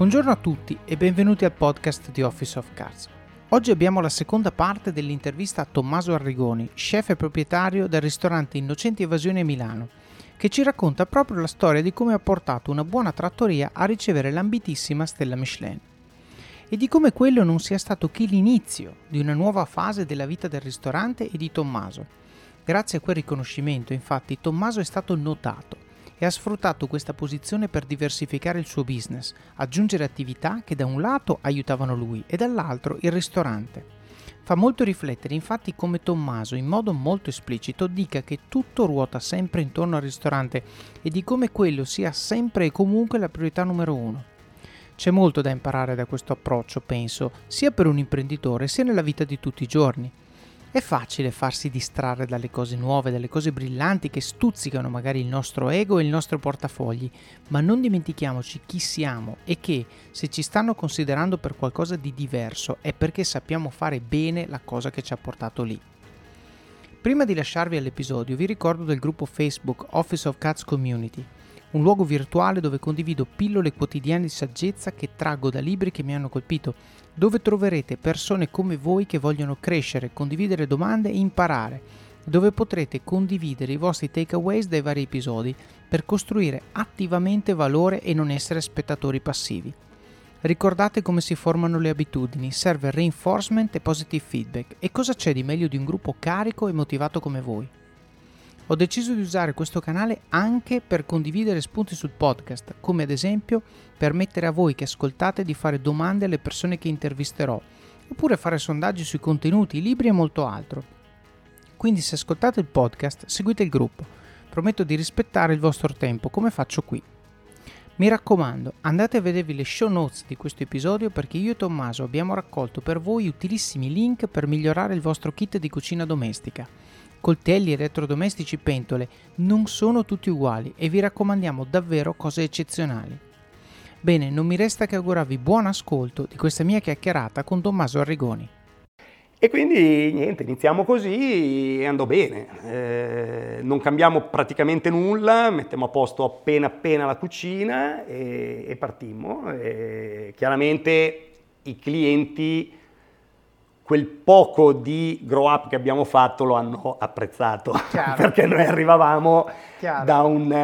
Buongiorno a tutti e benvenuti al podcast di Office of Cards. Oggi abbiamo la seconda parte dell'intervista a Tommaso Arrigoni, chef e proprietario del ristorante Innocenti Evasioni a Milano, che ci racconta proprio la storia di come ha portato una buona trattoria a ricevere l'ambitissima stella Michelin e di come quello non sia stato che l'inizio di una nuova fase della vita del ristorante e di Tommaso. Grazie a quel riconoscimento, infatti, Tommaso è stato notato e ha sfruttato questa posizione per diversificare il suo business, aggiungere attività che da un lato aiutavano lui e dall'altro il ristorante. Fa molto riflettere infatti come Tommaso, in modo molto esplicito, dica che tutto ruota sempre intorno al ristorante e di come quello sia sempre e comunque la priorità numero uno. C'è molto da imparare da questo approccio, penso, sia per un imprenditore sia nella vita di tutti i giorni. È facile farsi distrarre dalle cose nuove, dalle cose brillanti che stuzzicano magari il nostro ego e il nostro portafogli, ma non dimentichiamoci chi siamo e che, se ci stanno considerando per qualcosa di diverso, è perché sappiamo fare bene la cosa che ci ha portato lì. Prima di lasciarvi all'episodio, vi ricordo del gruppo Facebook Office of Cards Community, un luogo virtuale dove condivido pillole quotidiane di saggezza che traggo da libri che mi hanno colpito, dove troverete persone come voi che vogliono crescere, condividere domande e imparare, dove potrete condividere i vostri takeaways dai vari episodi per costruire attivamente valore e non essere spettatori passivi. Ricordate come si formano le abitudini, serve reinforcement e positive feedback, e cosa c'è di meglio di un gruppo carico e motivato come voi? Ho deciso di usare questo canale anche per condividere spunti sul podcast, come ad esempio permettere a voi che ascoltate di fare domande alle persone che intervisterò, oppure fare sondaggi sui contenuti, libri e molto altro. Quindi se ascoltate il podcast, seguite il gruppo. Prometto di rispettare il vostro tempo, come faccio qui. Mi raccomando, andate a vedervi le show notes di questo episodio perché io e Tommaso abbiamo raccolto per voi utilissimi link per migliorare il vostro kit di cucina domestica. Coltelli, elettrodomestici, pentole non sono tutti uguali e vi raccomandiamo davvero cose eccezionali. Bene, non mi resta che augurarvi buon ascolto di questa mia chiacchierata con Tommaso Arrigoni. E quindi niente, iniziamo così e andò bene. Non cambiamo praticamente nulla, mettiamo a posto appena la cucina e partimmo. Chiaramente i clienti quel poco di grow up che abbiamo fatto lo hanno apprezzato. Chiaro. Perché noi arrivavamo da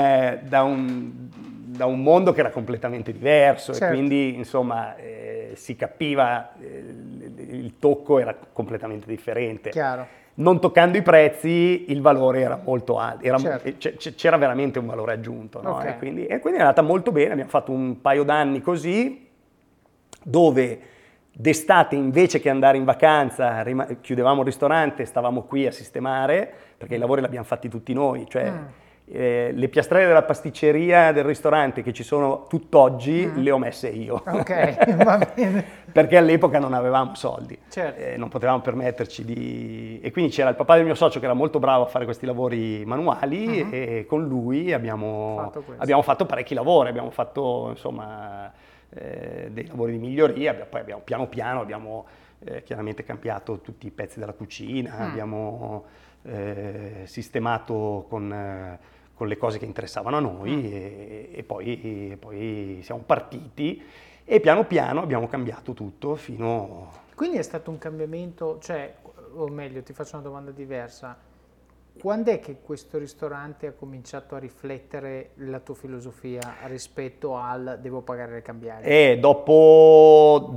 un mondo che era completamente diverso. Certo. E quindi insomma si capiva, il tocco era completamente differente. Chiaro. Non toccando i prezzi il valore era molto alto, certo. C'era veramente un valore aggiunto, no? Okay. E quindi è andata molto bene, abbiamo fatto un paio d'anni così dove d'estate invece che andare in vacanza chiudevamo il ristorante, stavamo qui a sistemare, perché i lavori li abbiamo fatti tutti noi, cioè le piastrelle della pasticceria del ristorante che ci sono tutt'oggi le ho messe io. Ok, va bene. Perché all'epoca non avevamo soldi, certo. Non potevamo permetterci di... E quindi c'era il papà del mio socio che era molto bravo a fare questi lavori manuali e con lui abbiamo fatto parecchi lavori, abbiamo fatto insomma... dei lavori di miglioria, poi abbiamo piano piano chiaramente cambiato tutti i pezzi della cucina, abbiamo sistemato con le cose che interessavano a noi e poi siamo partiti e piano piano abbiamo cambiato tutto fino... Quindi è stato un cambiamento, cioè, o meglio ti faccio una domanda diversa. Quando è che questo ristorante ha cominciato a riflettere la tua filosofia rispetto al devo pagare le cambiali? Dopo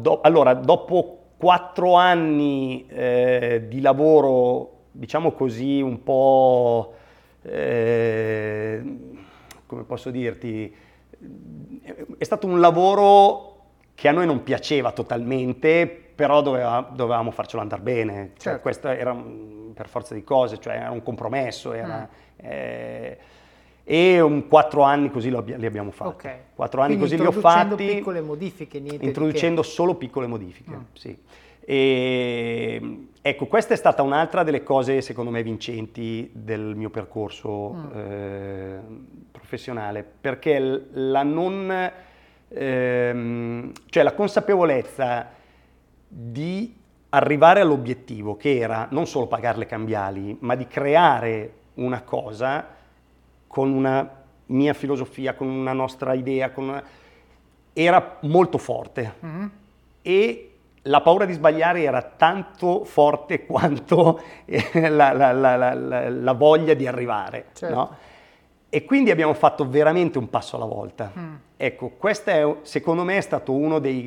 4 anni di lavoro, diciamo così, un po', come posso dirti, è stato un lavoro che a noi non piaceva totalmente, però dovevamo farcelo andare bene, cioè, certo. Questo era per forza di cose, cioè era un compromesso, e 4 anni così li abbiamo fatti. Okay. 4 anni quindi così li ho fatti. Introducendo piccole modifiche, niente introducendo solo piccole modifiche, sì. E, ecco, questa è stata un'altra delle cose secondo me vincenti del mio percorso professionale, perché cioè la consapevolezza di arrivare all'obiettivo che era non solo pagare le cambiali, ma di creare una cosa con una mia filosofia, con una nostra idea, era molto forte e la paura di sbagliare era tanto forte quanto la voglia di arrivare, certo. No? E quindi abbiamo fatto veramente un passo alla volta. Ecco, questa secondo me è stato uno delle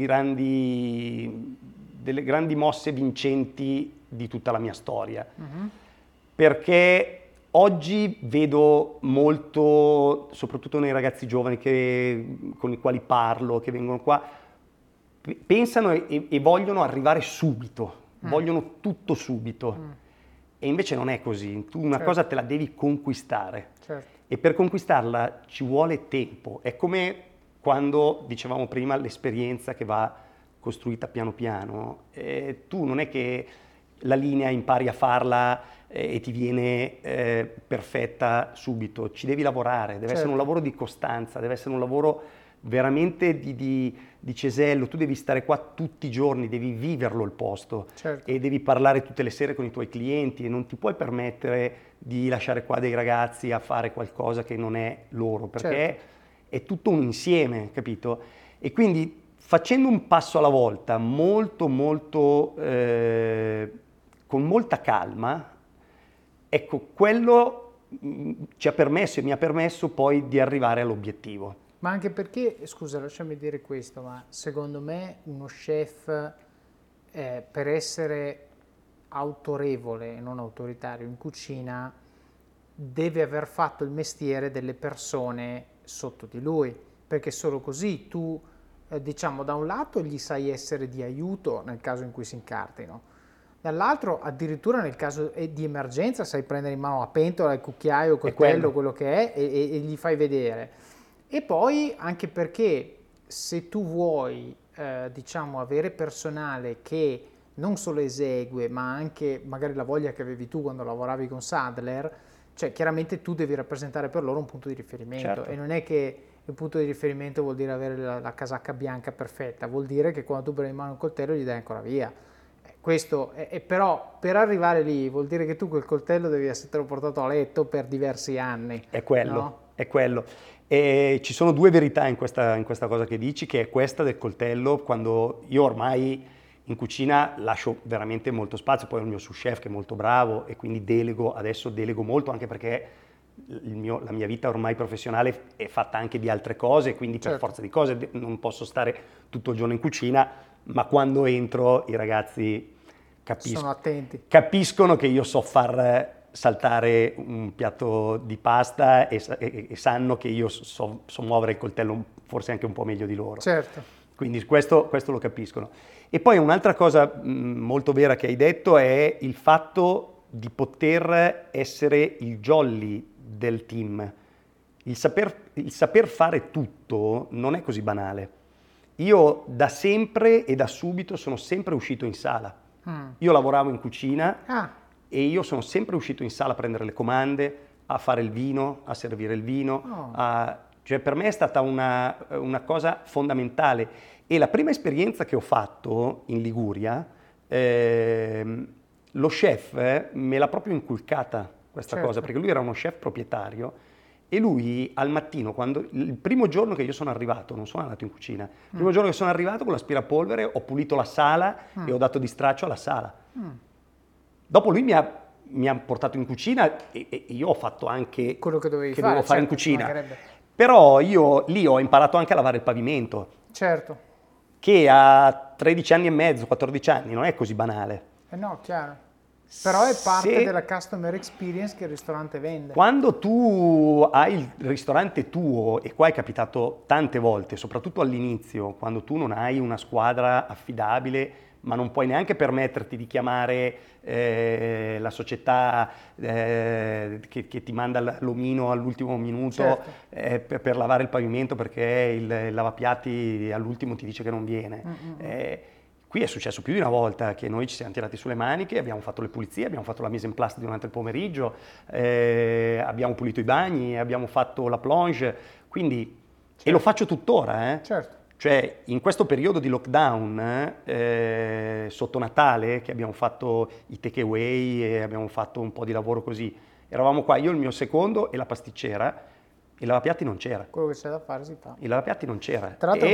grandi mosse vincenti di tutta la mia storia. Perché oggi vedo molto, soprattutto nei ragazzi giovani con i quali parlo, che vengono qua, pensano e vogliono arrivare subito, vogliono tutto subito. E invece non è così. Tu una cosa te la devi conquistare. Certo. E per conquistarla ci vuole tempo. È come quando, dicevamo prima, l'esperienza che va costruita piano piano. Tu non è che la linea impari a farla e ti viene perfetta subito. Ci devi lavorare, deve essere un lavoro di costanza, deve essere un lavoro veramente di cesello. Tu devi stare qua tutti i giorni, devi viverlo il posto, e devi parlare tutte le sere con i tuoi clienti e non ti puoi permettere di lasciare qua dei ragazzi a fare qualcosa che non è loro, perché è tutto un insieme, capito? E quindi facendo un passo alla volta, molto con molta calma, ecco, quello ci ha permesso e mi ha permesso poi di arrivare all'obiettivo. Ma anche perché, scusa, lasciami dire questo, ma secondo me uno chef per essere autorevole e non autoritario in cucina deve aver fatto il mestiere delle persone sotto di lui, perché solo così tu, diciamo, da un lato gli sai essere di aiuto nel caso in cui si incartino, dall'altro addirittura nel caso di emergenza sai prendere in mano la pentola, il cucchiaio, il coltello, quello che è e gli fai vedere. E poi anche perché se tu vuoi diciamo avere personale che non solo esegue ma anche magari la voglia che avevi tu quando lavoravi con Sadler, cioè chiaramente tu devi rappresentare per loro un punto di riferimento, e non è che il punto di riferimento vuol dire avere la casacca bianca perfetta, vuol dire che quando tu prendi in mano il coltello gli dai ancora via. Questo però per arrivare lì vuol dire che tu quel coltello devi essertelo portato a letto per diversi anni. È quello, no? È quello. E ci sono due verità in questa cosa che dici, che è questa del coltello. Quando io ormai in cucina lascio veramente molto spazio, poi ho il mio sous chef che è molto bravo e quindi adesso delego molto, anche perché la mia vita ormai professionale è fatta anche di altre cose, quindi per forza di cose non posso stare tutto il giorno in cucina, ma quando entro i ragazzi sono attenti. Capiscono che io so far saltare un piatto di pasta e sanno che io so muovere il coltello forse anche un po' meglio di loro. Certo. Quindi questo lo capiscono. E poi un'altra cosa molto vera che hai detto è il fatto di poter essere il jolly del team. Il saper fare tutto non è così banale. Io da sempre e da subito sono sempre uscito in sala. Io lavoravo in cucina e io sono sempre uscito in sala a prendere le comande, a fare il vino, a servire il vino. Cioè per me è stata una cosa fondamentale. E la prima esperienza che ho fatto in Liguria, lo chef me l'ha proprio inculcata questa cosa, perché lui era uno chef proprietario. E lui al mattino, il primo giorno che io sono arrivato, non sono andato in cucina, il primo giorno che sono arrivato con l'aspirapolvere ho pulito la sala e ho dato di straccio alla sala. Dopo lui mi ha portato in cucina e io ho fatto anche quello che dovevo fare in cucina. Però io lì ho imparato anche a lavare il pavimento. Certo. Che a 13 anni e mezzo, 14 anni non è così banale. No, chiaro. Però è parte della customer experience che il ristorante vende. Quando tu hai il ristorante tuo, e qua è capitato tante volte, soprattutto all'inizio, quando tu non hai una squadra affidabile, ma non puoi neanche permetterti di chiamare la società che ti manda l'omino all'ultimo minuto per lavare il pavimento perché il lavapiatti all'ultimo ti dice che non viene. Qui è successo più di una volta che noi ci siamo tirati sulle maniche, abbiamo fatto le pulizie, abbiamo fatto la mise en place durante il pomeriggio, abbiamo pulito i bagni, abbiamo fatto la plonge, quindi, e lo faccio tuttora. Certo. Cioè in questo periodo di lockdown, sotto Natale, che abbiamo fatto i takeaway e abbiamo fatto un po' di lavoro così, eravamo qua, io il mio secondo e la pasticcera, il lavapiatti non c'era. Quello che c'è da fare si fa. Il lavapiatti non c'era. Tra l'altro, e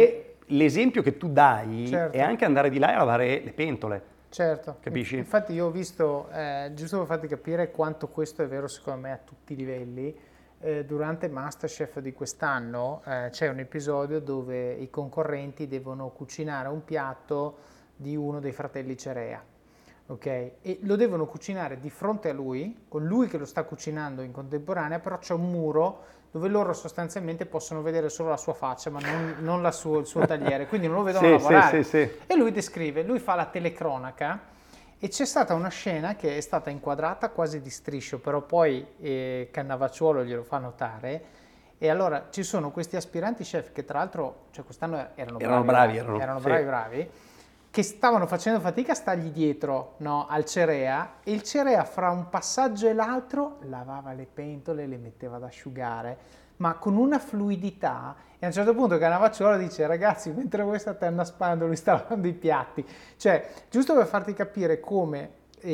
l'esempio che tu dai certo. è anche andare di là e lavare le pentole. Certo, capisci? Infatti io ho visto, giusto per farti capire quanto questo è vero secondo me a tutti i livelli, durante Masterchef di quest'anno c'è un episodio dove i concorrenti devono cucinare un piatto di uno dei fratelli Cerea, ok? E lo devono cucinare di fronte a lui, con lui che lo sta cucinando in contemporanea, però c'è un muro dove loro sostanzialmente possono vedere solo la sua faccia, ma non il suo tagliere, quindi non lo vedono lavorare. Sì. E lui descrive, lui fa la telecronaca e c'è stata una scena che è stata inquadrata quasi di striscio, però poi Cannavacciuolo glielo fa notare, e allora ci sono questi aspiranti chef che tra l'altro, cioè quest'anno erano bravi, che stavano facendo fatica a stargli dietro, no, al Cerea, e il Cerea fra un passaggio e l'altro lavava le pentole e le metteva ad asciugare, ma con una fluidità, e a un certo punto Cannavacciuolo dice: ragazzi, mentre voi state annaspando lui sta lavando i piatti, cioè giusto per farti capire come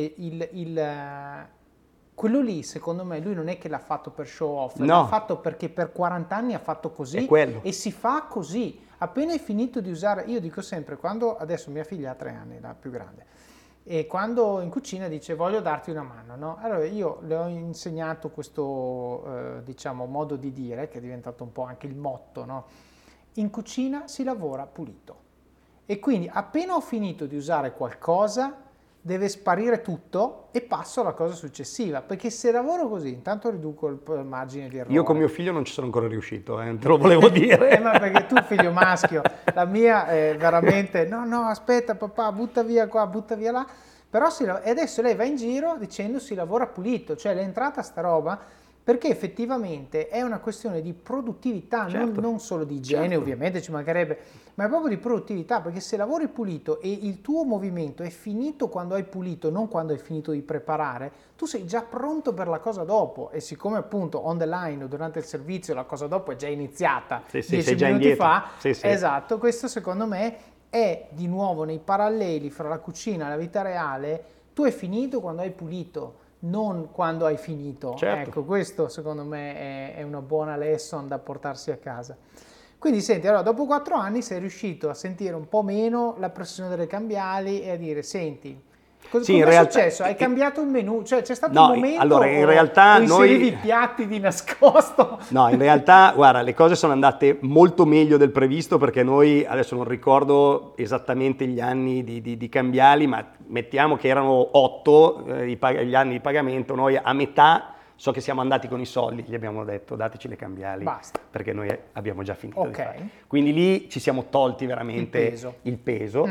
quello lì, secondo me, lui non è che l'ha fatto per show off, l'ha fatto perché per 40 anni ha fatto così e si fa così. Appena hai finito di usare, io dico sempre, quando adesso mia figlia ha 3 anni, la più grande, e quando in cucina dice voglio darti una mano, no? Allora io le ho insegnato questo diciamo modo di dire che è diventato un po' anche il motto, no? In cucina si lavora pulito, e quindi appena ho finito di usare qualcosa deve sparire tutto e passo alla cosa successiva, perché se lavoro così intanto riduco il margine di errore. Io con mio figlio non ci sono ancora riuscito, te lo volevo dire. Ma perché tu figlio maschio, la mia è veramente no aspetta papà, butta via qua, butta via là, però e adesso lei va in giro dicendo si lavora pulito, cioè l'è entrata sta roba, perché effettivamente è una questione di produttività, certo. non solo di igiene, certo. Ovviamente ci mancherebbe, ma è proprio di produttività, perché se lavori pulito e il tuo movimento è finito quando hai pulito, non quando hai finito di preparare, tu sei già pronto per la cosa dopo, e siccome appunto on the line o durante il servizio la cosa dopo è già iniziata 10 minuti fa, esatto, questo secondo me è di nuovo nei paralleli fra la cucina e la vita reale, tu hai finito quando hai pulito, non quando hai finito. Certo. Ecco, questo secondo me è una buona lesson da portarsi a casa. Quindi senti, allora dopo 4 anni sei riuscito a sentire un po' meno la pressione delle cambiali e a dire, senti, cosa è successo? Hai cambiato il menù? Cioè c'è stato un momento allora, in realtà inserivi i piatti di nascosto? No, in realtà, guarda, le cose sono andate molto meglio del previsto, perché noi, adesso non ricordo esattamente gli anni di cambiali, ma mettiamo che erano 8 gli anni di pagamento, noi a metà so che siamo andati con i soldi, gli abbiamo detto dateci le cambiali, basta, perché noi abbiamo già finito di fare. Quindi lì ci siamo tolti veramente il peso.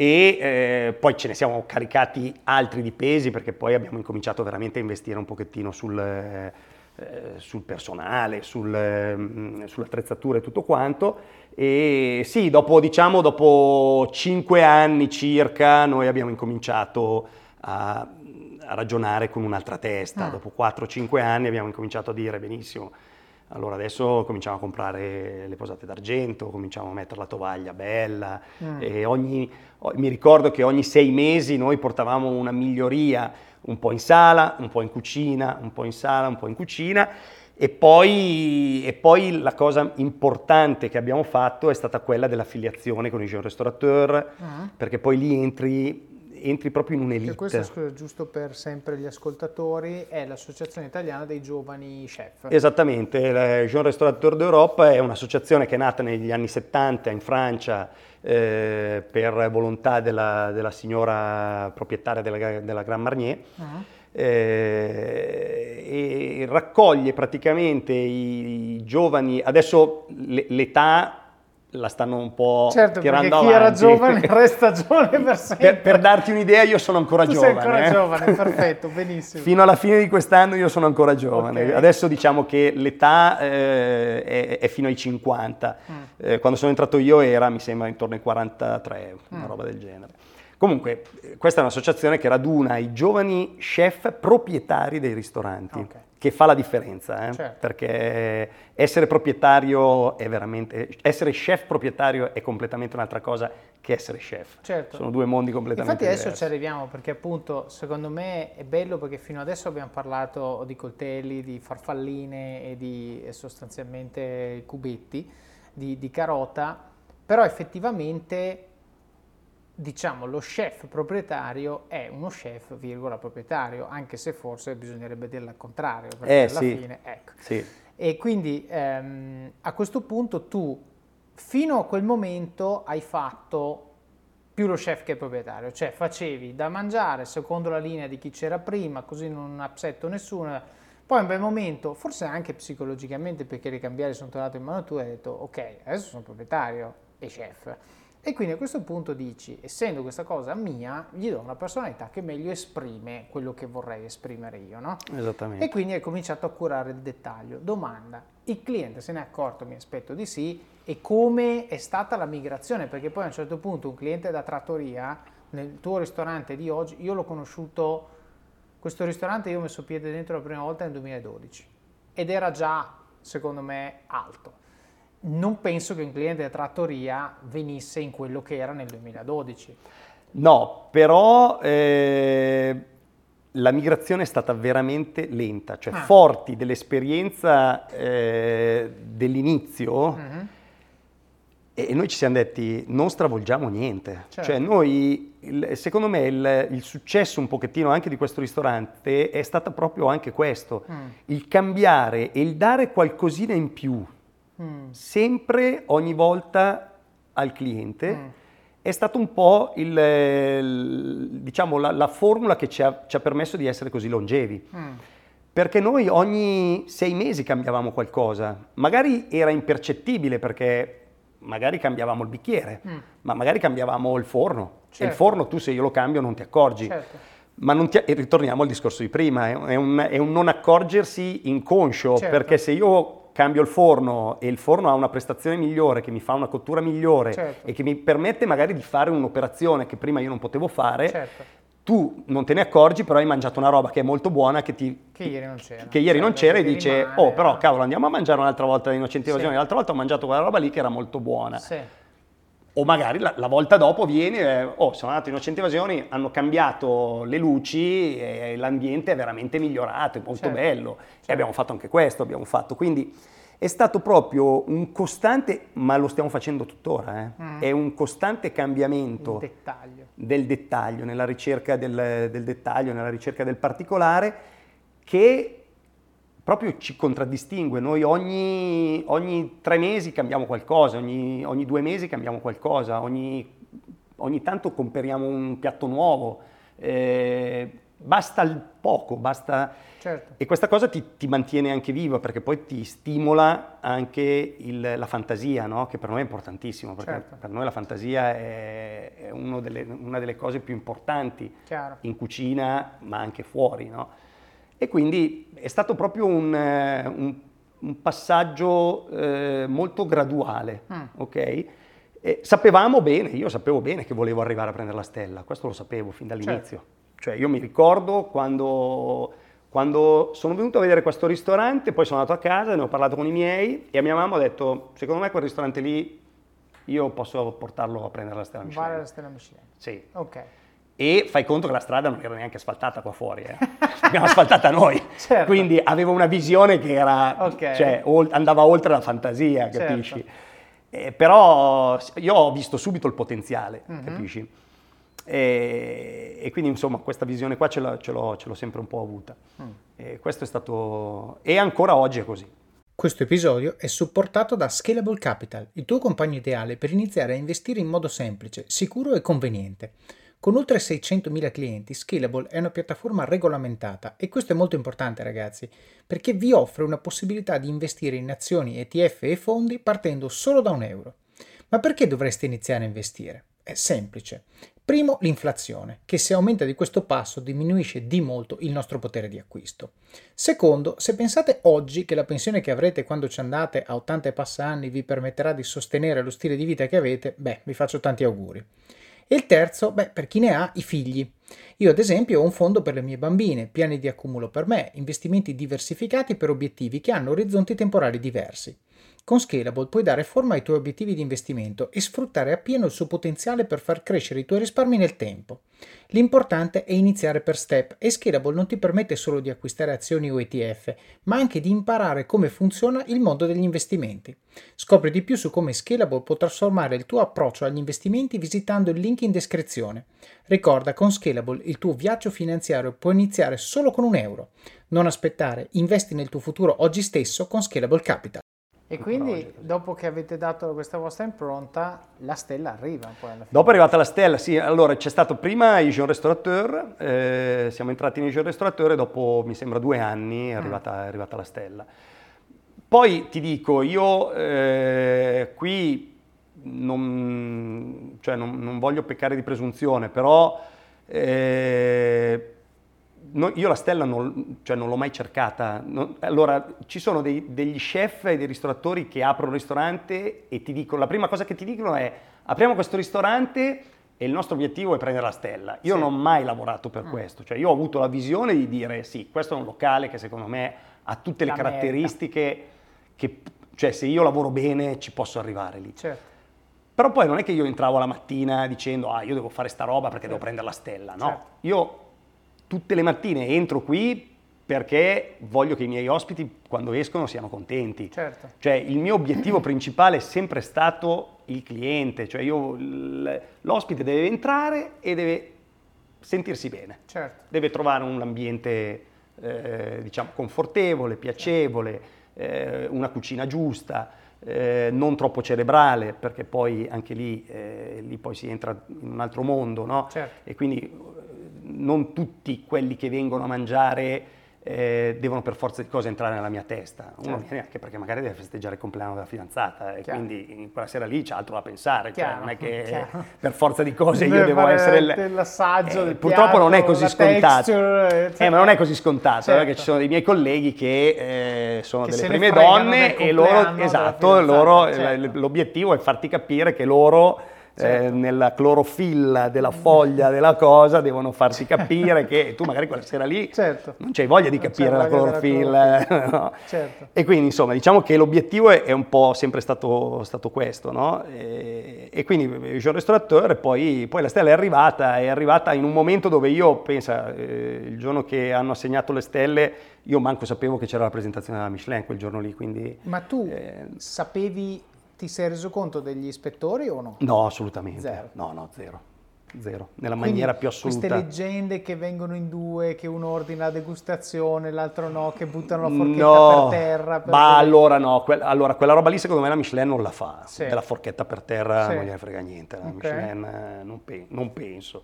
E poi ce ne siamo caricati altri di pesi, perché poi abbiamo incominciato veramente a investire un pochettino sul personale, sull'attrezzatura e tutto quanto. E sì, dopo 5 anni circa noi abbiamo incominciato a ragionare con un'altra testa. Dopo 4-5 anni abbiamo incominciato a dire benissimo, allora adesso cominciamo a comprare le posate d'argento, cominciamo a mettere la tovaglia bella, e mi ricordo che ogni 6 mesi noi portavamo una miglioria, un po' in sala, un po' in cucina, un po' in sala, un po' in cucina, e poi la cosa importante che abbiamo fatto è stata quella dell'affiliazione con i Jeune Restaurateur, perché poi lì entri proprio in un'elite. Che questo, scusa, giusto per sempre gli ascoltatori, è l'Associazione Italiana dei Giovani Chef. Esattamente, il Jeune Restaurateur d'Europe è un'associazione che è nata negli anni 70 in Francia per volontà della signora proprietaria della Grand Marnier, e raccoglie praticamente i giovani. Adesso l'età la stanno un po' tirando avanti. Certo, perché chi era giovane resta giovane per sempre. Per darti un'idea, io sono ancora giovane. Tu sei ancora giovane, perfetto, benissimo. Fino alla fine di quest'anno io sono ancora giovane. Adesso diciamo che l'età è fino ai 50. Quando sono entrato io era, mi sembra, intorno ai 43, una roba del genere. Comunque, questa è un'associazione che raduna i giovani chef proprietari dei ristoranti, che fa la differenza, perché essere proprietario è veramente, essere chef proprietario è completamente un'altra cosa che essere chef. Certo. Sono due mondi completamente diversi. diversi. Infatti adesso ci arriviamo, perché appunto secondo me è bello, perché fino adesso abbiamo parlato di coltelli, di farfalline e di sostanzialmente cubetti di carota. Però effettivamente, diciamo, lo chef proprietario è uno chef, virgola, proprietario, anche se forse bisognerebbe dirlo al contrario, perché alla fine, ecco. Sì. E quindi a questo punto tu, fino a quel momento, hai fatto più lo chef che il proprietario, cioè facevi da mangiare secondo la linea di chi c'era prima, così non upsetto nessuno. Poi a un bel momento, forse anche psicologicamente, perché i cambiali sono tornati in mano tua, hai detto ok, adesso sono proprietario e chef. E quindi a questo punto dici, essendo questa cosa mia, gli do una personalità che meglio esprime quello che vorrei esprimere io, no? Esattamente. E quindi hai cominciato a curare il dettaglio. Domanda, il cliente se ne è accorto, mi aspetto di sì, e come è stata la migrazione? Perché poi a un certo punto un cliente da trattoria, nel tuo ristorante di oggi, io l'ho conosciuto, questo ristorante io ho messo piede dentro la prima volta nel 2012 ed era già, secondo me, alto. Non penso che un cliente da trattoria venisse in quello che era nel 2012. No, però la migrazione è stata veramente lenta, cioè forti dell'esperienza dell'inizio, e noi ci siamo detti non stravolgiamo niente. Certo. Cioè noi, secondo me il successo un pochettino anche di questo ristorante è stato proprio anche questo, il cambiare e il dare qualcosina in più. Sempre, ogni volta al cliente, è stato un po' diciamo, la formula che ci ha permesso di essere così longevi. Perché noi ogni 6 mesi cambiavamo qualcosa, magari era impercettibile perché magari cambiavamo il bicchiere, ma magari cambiavamo il forno. Certo. E il forno tu se io lo cambio non ti accorgi. Certo. Ma e ritorniamo al discorso di prima, è un non accorgersi inconscio, certo. Perché se io cambio il forno e il forno ha una prestazione migliore, che mi fa una cottura migliore, certo. E che mi permette magari di fare un'operazione che prima io non potevo fare, certo. Tu non te ne accorgi, però hai mangiato una roba che è molto buona, che ieri non c'era, non c'era e dice rimane, oh però cavolo andiamo a mangiare un'altra volta Innocenti Evasioni, l'altra volta ho mangiato quella roba lì che era molto buona. Sì. O magari la volta dopo viene, sono andato Innocenti Evasioni, hanno cambiato le luci e l'ambiente è veramente migliorato, è molto bello. E abbiamo fatto anche questo, quindi è stato proprio un costante, ma lo stiamo facendo tuttora, è un costante cambiamento del dettaglio, nella ricerca del dettaglio, nella ricerca del particolare, che proprio ci contraddistingue. Noi ogni 3 mesi cambiamo qualcosa, ogni 2 mesi cambiamo qualcosa, ogni tanto comperiamo un piatto nuovo, basta il poco, basta... Certo. E questa cosa ti mantiene anche vivo, perché poi ti stimola anche la fantasia, no? Che per noi è importantissimo, perché certo. Per noi la fantasia è una delle cose più importanti. Chiaro. In cucina, ma anche fuori, no? E quindi è stato proprio un passaggio molto graduale, ok? E sapevamo bene, io sapevo bene che volevo arrivare a prendere la stella, questo lo sapevo fin dall'inizio. Certo. Cioè io mi ricordo quando sono venuto a vedere questo ristorante, poi sono andato a casa, ne ho parlato con i miei e a mia mamma ho detto, secondo me quel ristorante lì io posso portarlo a prendere la stella Michelin. Vale la stella Michelin. Sì. Ok. E fai conto che la strada non era neanche asfaltata qua fuori, l'abbiamo asfaltata noi, certo. Quindi avevo una visione che era, cioè, andava oltre la fantasia, capisci? Certo. Però io ho visto subito il potenziale, capisci? E quindi insomma questa visione qua ce l'ho sempre un po' avuta. E questo è stato, e ancora oggi è così. Questo episodio è supportato da Scalable Capital, il tuo compagno ideale per iniziare a investire in modo semplice, sicuro e conveniente. Con oltre 600.000 clienti, Scalable è una piattaforma regolamentata e questo è molto importante, ragazzi, perché vi offre una possibilità di investire in azioni, ETF e fondi partendo solo da €1. Ma perché dovreste iniziare a investire? È semplice. Primo, l'inflazione, che se aumenta di questo passo diminuisce di molto il nostro potere di acquisto. Secondo, se pensate oggi che la pensione che avrete quando ci andate a 80 e passa anni vi permetterà di sostenere lo stile di vita che avete, vi faccio tanti auguri. E il terzo, per chi ne ha, i figli. Io ad esempio ho un fondo per le mie bambine, piani di accumulo per me, investimenti diversificati per obiettivi che hanno orizzonti temporali diversi. Con Scalable puoi dare forma ai tuoi obiettivi di investimento e sfruttare appieno il suo potenziale per far crescere i tuoi risparmi nel tempo. L'importante è iniziare per step e Scalable non ti permette solo di acquistare azioni o ETF, ma anche di imparare come funziona il mondo degli investimenti. Scopri di più su come Scalable può trasformare il tuo approccio agli investimenti visitando il link in descrizione. Ricorda, con Scalable il tuo viaggio finanziario può iniziare solo con €1. Non aspettare, investi nel tuo futuro oggi stesso con Scalable Capital. E quindi, dopo che avete dato questa vostra impronta, la stella arriva poi alla fine. Dopo è arrivata la stella, sì. Allora, c'è stato prima i Jeune Restaurateur, siamo entrati nei Jeune Restaurateur e dopo, mi sembra, 2 anni è arrivata la stella. Poi ti dico, io qui non voglio peccare di presunzione, però io la stella non l'ho mai cercata. Allora, ci sono degli chef e dei ristoratori che aprono un ristorante e ti dicono, la prima cosa che ti dicono è: apriamo questo ristorante e il nostro obiettivo è prendere la stella. Io non ho mai lavorato per questo, cioè io ho avuto la visione di dire sì, questo è un locale che secondo me ha tutte le caratteristiche che, cioè, se io lavoro bene ci posso arrivare lì. Certo. Però poi non è che io entravo la mattina dicendo io devo fare sta roba perché devo prendere la stella, no? Certo. Io tutte le mattine entro qui perché voglio che i miei ospiti quando escono siano contenti. Certo. Cioè il mio obiettivo principale è sempre stato il cliente, cioè l'ospite deve entrare e deve sentirsi bene. Certo. Deve trovare un ambiente diciamo confortevole, piacevole, una cucina giusta, non troppo cerebrale, perché poi anche lì poi si entra in un altro mondo, no? Certo. E quindi non tutti quelli che vengono a mangiare devono per forza di cose entrare nella mia testa. Uno viene anche perché magari deve festeggiare il compleanno della fidanzata e quindi in quella sera lì c'è altro da pensare, cioè non è che per forza di cose io devo essere l'assaggio del purtroppo piatto, non è così scontato. Ma non è così scontato, certo. Perché ci sono dei miei colleghi che sono che delle prime donne e loro, certo. L'obiettivo è farti capire che loro nella clorofilla della foglia della cosa devono farsi capire che tu magari quella sera lì non c'hai voglia di capire la clorofilla. No? Certo. E quindi insomma diciamo che l'obiettivo è un po' sempre stato questo, no? E quindi il Jeune Restaurateur, poi la stella è arrivata in un momento dove io, pensa, il giorno che hanno assegnato le stelle io manco sapevo che c'era la presentazione della Michelin quel giorno lì, quindi... Ma tu sapevi... Ti sei reso conto degli ispettori o no? No, assolutamente. Zero. No, zero. Nella maniera più assoluta. Queste leggende che vengono in due, che uno ordina la degustazione, l'altro no, che buttano la forchetta per terra. Ma allora no, allora quella roba lì secondo me la Michelin non la fa. Sì. Della forchetta per terra sì. non gliene frega niente, la Michelin non penso.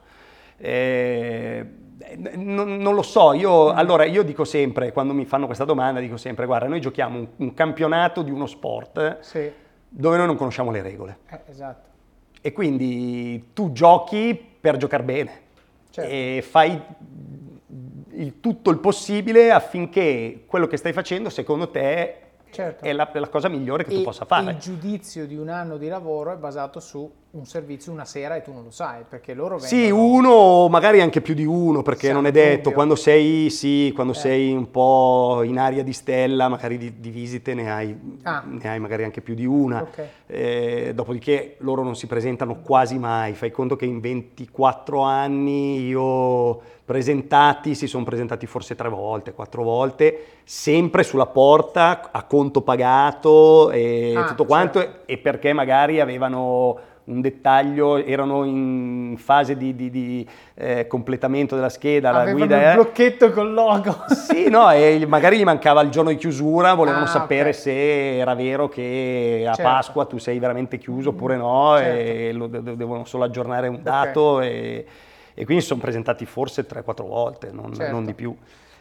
Non lo so, io dico sempre, quando mi fanno questa domanda, dico sempre, guarda, noi giochiamo un campionato di uno sport dove noi non conosciamo le regole. Esatto. E quindi tu giochi per giocare bene e fai tutto il possibile affinché quello che stai facendo, secondo te, è la cosa migliore che tu possa fare. Il giudizio di un anno di lavoro è basato su un servizio una sera e tu non lo sai, perché loro vengono... Sì, uno, magari anche più di uno, perché non è detto. Quando sei un po' in area di stella, magari di visite ne hai magari anche più di una. Okay. Dopodiché loro non si presentano quasi mai. Fai conto che in 24 anni presentati si sono presentati forse 3 volte, 4 volte, sempre sulla porta, a conto pagato e tutto quanto, e perché magari avevano un dettaglio, erano in fase di completamento della scheda, la guida il blocchetto col logo. Sì, no, e magari gli mancava il giorno di chiusura, volevano sapere se era vero che a Pasqua tu sei veramente chiuso oppure no, e devono solo aggiornare un dato, e quindi si sono presentati forse 3-4 volte, non di più.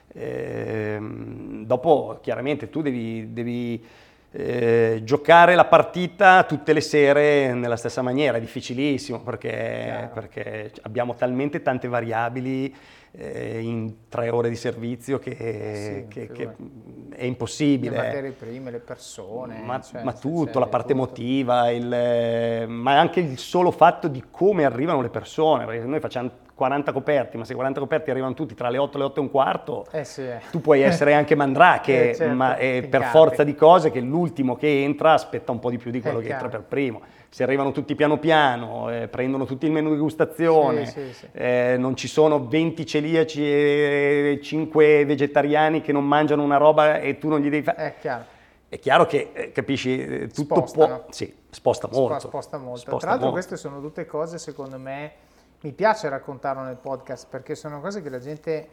Dopo chiaramente tu devi giocare la partita tutte le sere nella stessa maniera, è difficilissimo perché abbiamo talmente tante variabili, in 3 ore di servizio che è impossibile. Le materie prime, le persone. Ma tutto, la parte emotiva, ma anche il solo fatto di come arrivano le persone, perché noi facciamo 40 coperti, ma se 40 coperti arrivano tutti tra le 8 e le 8 e un quarto, tu puoi essere anche mandrache, certo, ma per forza di cose che l'ultimo che entra aspetta un po' di più di quello che entra per primo. Se arrivano tutti piano piano, prendono tutti il menù degustazione, non ci sono 20 celiaci e 5 vegetariani che non mangiano una roba e tu non gli devi fare. È chiaro che, capisci, tutto sposta molto. Tra l'altro queste sono tutte cose, secondo me, mi piace raccontarlo nel podcast, perché sono cose che la gente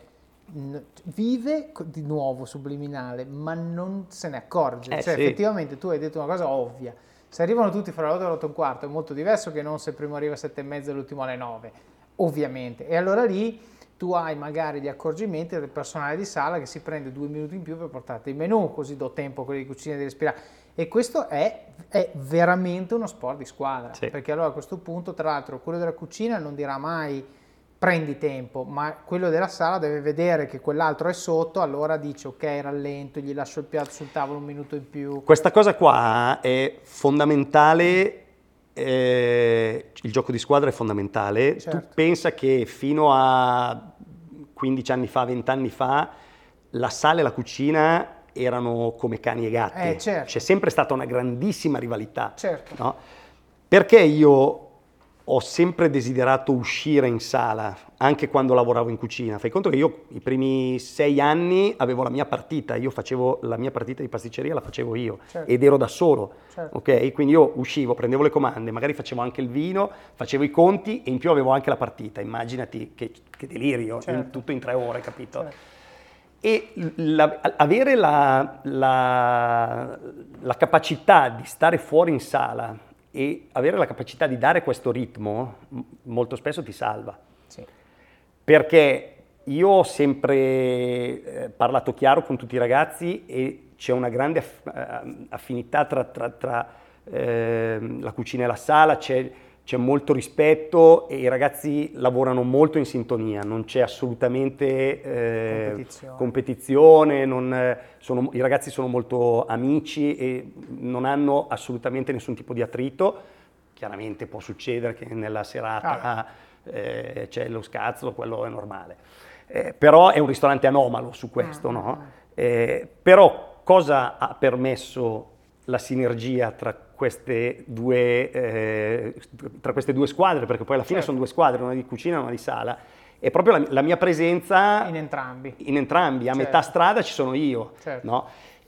vive di nuovo, subliminale, ma non se ne accorge. Effettivamente tu hai detto una cosa ovvia. Se arrivano tutti fra le 8 e le 8 e un quarto è molto diverso che non se il primo arriva alle 7 e mezza e l'ultimo alle 9, ovviamente. E allora lì tu hai magari gli accorgimenti del personale di sala che si prende 2 minuti in più per portarti il menù, così do tempo a quelli di cucina di respirare. E questo è veramente uno sport di squadra, perché allora a questo punto, tra l'altro, quello della cucina non dirà mai prendi tempo, ma quello della sala deve vedere che quell'altro è sotto, allora dice ok, rallento, gli lascio il piatto sul tavolo un minuto in più. Questa cosa qua è fondamentale, il gioco di squadra è fondamentale. Tu pensa che fino a 15 anni fa, 20 anni fa, la sala e la cucina erano come cani e gatti. C'è sempre stata una grandissima rivalità. No? Perché io ho sempre desiderato uscire in sala, anche quando lavoravo in cucina. Fai conto che io i primi 6 anni avevo la mia partita, io facevo la mia partita di pasticceria, la facevo io, ed ero da solo, ok? Quindi io uscivo, prendevo le comande, magari facevo anche il vino, facevo i conti e in più avevo anche la partita. Immaginati che delirio, tutto in 3 ore, capito? E avere la capacità di stare fuori in sala e avere la capacità di dare questo ritmo molto spesso ti salva. Perché io ho sempre parlato chiaro con tutti i ragazzi e c'è una grande affinità tra la cucina e la sala, c'è molto rispetto e i ragazzi lavorano molto in sintonia, non c'è assolutamente competizione, i ragazzi sono molto amici e non hanno assolutamente nessun tipo di attrito. Chiaramente può succedere che nella serata c'è lo scazzolo, quello è normale, però è un ristorante anomalo su questo, no? Però cosa ha permesso la sinergia tra queste due squadre, perché poi alla fine sono 2 squadre, una di cucina e una di sala, è proprio la mia presenza in entrambi. A metà strada ci sono io, no?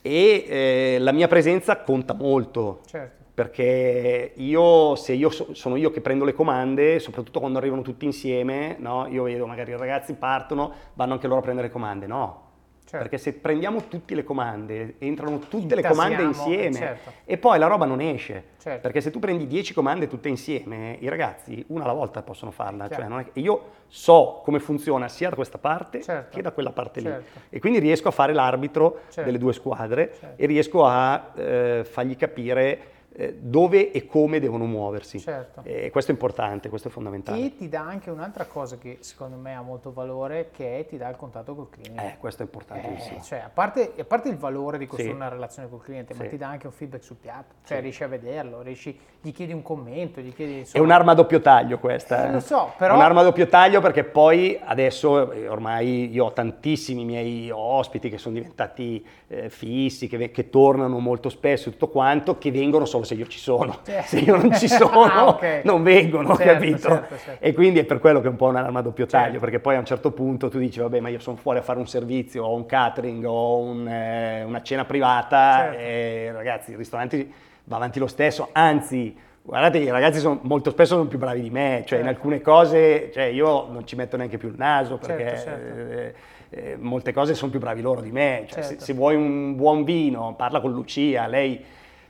E la mia presenza conta molto, perché sono io che prendo le comande, soprattutto quando arrivano tutti insieme, no? Io vedo magari i ragazzi partono, vanno anche loro a prendere comande, no? Perché se prendiamo tutte le comande, entrano tutte le comande insieme e poi la roba non esce. Perché se tu prendi 10 comande tutte insieme, i ragazzi una alla volta possono farla. Cioè, non è che io so come funziona sia da questa parte che da quella parte lì. E quindi riesco a fare l'arbitro delle 2 squadre e riesco a fargli capire dove e come devono muoversi. E questo è importante, questo è fondamentale. E ti dà anche un'altra cosa che secondo me ha molto valore, che è ti dà il contatto col cliente. Questo è importantissimo. Cioè, a parte il valore di costruire una relazione col cliente, ma ti dà anche un feedback sul piatto, cioè riesci a vederlo, gli chiedi un commento, gli chiedi, insomma... È un'arma a doppio taglio questa. Lo so, però... È un'arma a doppio taglio perché poi adesso ormai io ho tantissimi miei ospiti che sono diventati fissi, che tornano molto spesso, tutto quanto, che vengono solo se io ci sono. Se io non ci sono, non vengono, capito? E quindi è per quello che è un po' un'arma a doppio taglio, perché poi a un certo punto tu dici, vabbè, ma io sono fuori a fare un servizio, ho un catering, ho una cena privata, e ragazzi, il ristorante va avanti lo stesso, anzi, guardate, i ragazzi molto spesso sono più bravi di me, cioè in alcune cose, cioè io non ci metto neanche più il naso, perché molte cose sono più bravi loro di me, cioè se vuoi un buon vino, parla con Lucia, lei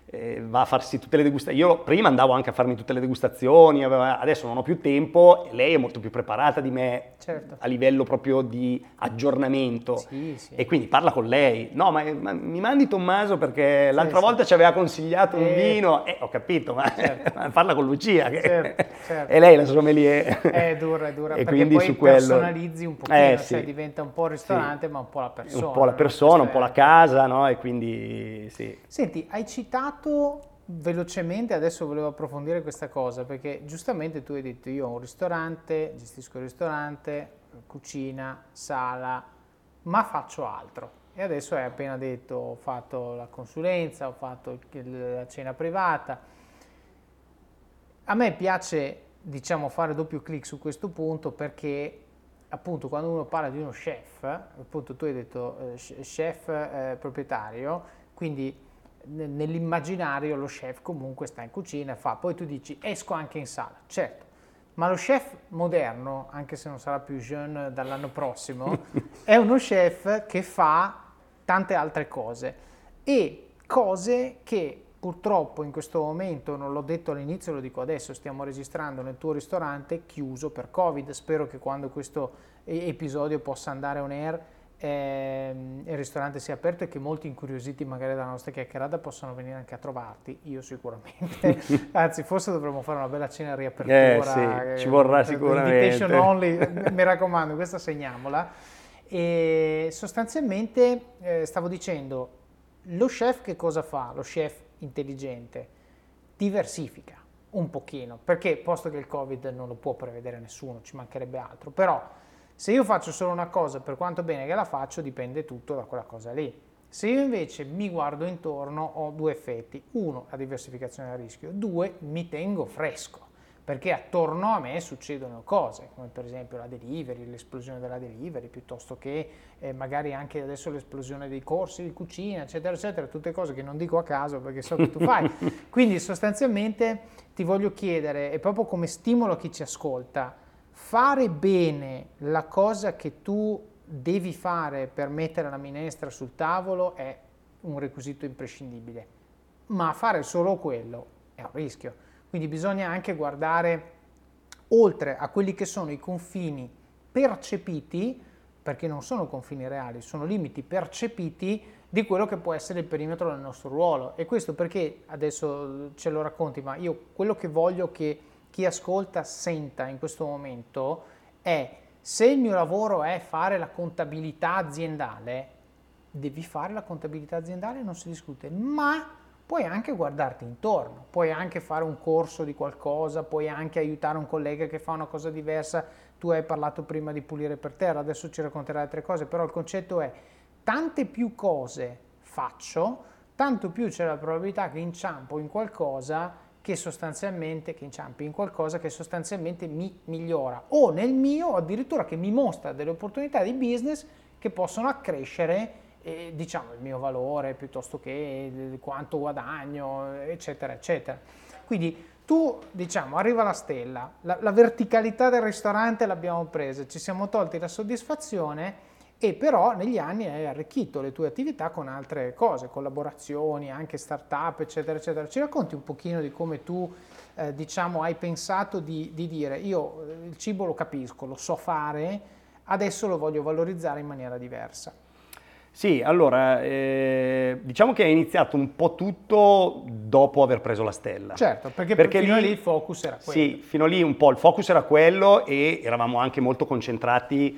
va a farsi tutte le degustazioni. Io prima andavo anche a farmi tutte le degustazioni, adesso non ho più tempo, e lei è molto più preparata di me, certo, a livello proprio di aggiornamento, sì. E quindi parla con lei. No, ma mi mandi Tommaso perché l'altra volta ci aveva consigliato un vino, ho capito, ma certo, parla con Lucia, certo. È lei la sommelier. È dura, e perché quindi poi su quello personalizzi un pochino, sì, cioè diventa un po' il ristorante, ma un po' la persona. Un po' la persona, un po' la casa, no? E quindi sì. Senti, hai citato velocemente, adesso volevo approfondire questa cosa, perché giustamente tu hai detto io ho un ristorante, gestisco il ristorante, cucina, sala, ma faccio altro. E adesso hai appena detto ho fatto la consulenza, ho fatto la cena privata. A me piace, diciamo, fare doppio clic su questo punto perché appunto quando uno parla di uno chef, appunto tu hai detto chef proprietario, quindi nell'immaginario lo chef comunque sta in cucina, poi tu dici esco anche in sala, certo, ma lo chef moderno, anche se non sarà più jeune dall'anno prossimo, è uno chef che fa tante altre cose, e cose che purtroppo in questo momento, non l'ho detto all'inizio, lo dico adesso, stiamo registrando nel tuo ristorante chiuso per Covid. Spero che quando questo episodio possa andare on air il ristorante sia aperto e che molti incuriositi magari dalla nostra chiacchierata possano venire anche a trovarti, io sicuramente, anzi forse dovremmo fare una bella cena riapertura, sì, ci vorrà sicuramente, invitation only, mi raccomando, questa segniamola. E sostanzialmente stavo dicendo, lo chef che cosa fa? Lo chef intelligente diversifica un pochino, perché posto che il Covid non lo può prevedere nessuno, ci mancherebbe altro, però se io faccio solo una cosa, per quanto bene che la faccio, dipende tutto da quella cosa lì. Se io invece mi guardo intorno, ho due effetti: uno, la diversificazione del rischio; due, mi tengo fresco, perché attorno a me succedono cose, come per esempio la delivery, l'esplosione della delivery, piuttosto che magari anche adesso l'esplosione dei corsi di cucina, eccetera, eccetera, tutte cose che non dico a caso perché so che tu fai. Quindi sostanzialmente ti voglio chiedere, e proprio come stimolo a chi ci ascolta, fare bene la cosa che tu devi fare per mettere la minestra sul tavolo è un requisito imprescindibile, ma fare solo quello è un rischio. Quindi bisogna anche guardare oltre a quelli che sono i confini percepiti, perché non sono confini reali, sono limiti percepiti di quello che può essere il perimetro del nostro ruolo. E questo perché adesso ce lo racconti, ma io quello che voglio che chi ascolta senta in questo momento è: se il mio lavoro è fare la contabilità aziendale, devi fare la contabilità aziendale, non si discute, ma puoi anche guardarti intorno, puoi anche fare un corso di qualcosa, puoi anche aiutare un collega che fa una cosa diversa. Tu hai parlato prima di pulire per terra, adesso ci racconterai altre cose, però il concetto è: tante più cose faccio, tanto più c'è la probabilità che inciampo in qualcosa che sostanzialmente, inciampi in qualcosa che sostanzialmente mi migliora, o nel mio, o addirittura che mi mostra delle opportunità di business che possono accrescere diciamo il mio valore, piuttosto che quanto guadagno, eccetera, eccetera. Quindi tu, diciamo, arriva la stella, la verticalità del ristorante l'abbiamo presa, ci siamo tolti la soddisfazione, e però negli anni hai arricchito le tue attività con altre cose, collaborazioni, anche start-up, eccetera, eccetera. Ci racconti un pochino di come tu, diciamo, hai pensato di dire: io il cibo lo capisco, lo so fare, adesso lo voglio valorizzare in maniera diversa. Sì, allora, diciamo che è iniziato un po' tutto dopo aver preso la stella. Certo, perché fino lì il focus era quello. Sì, fino lì un po' il focus era quello, e eravamo anche molto concentrati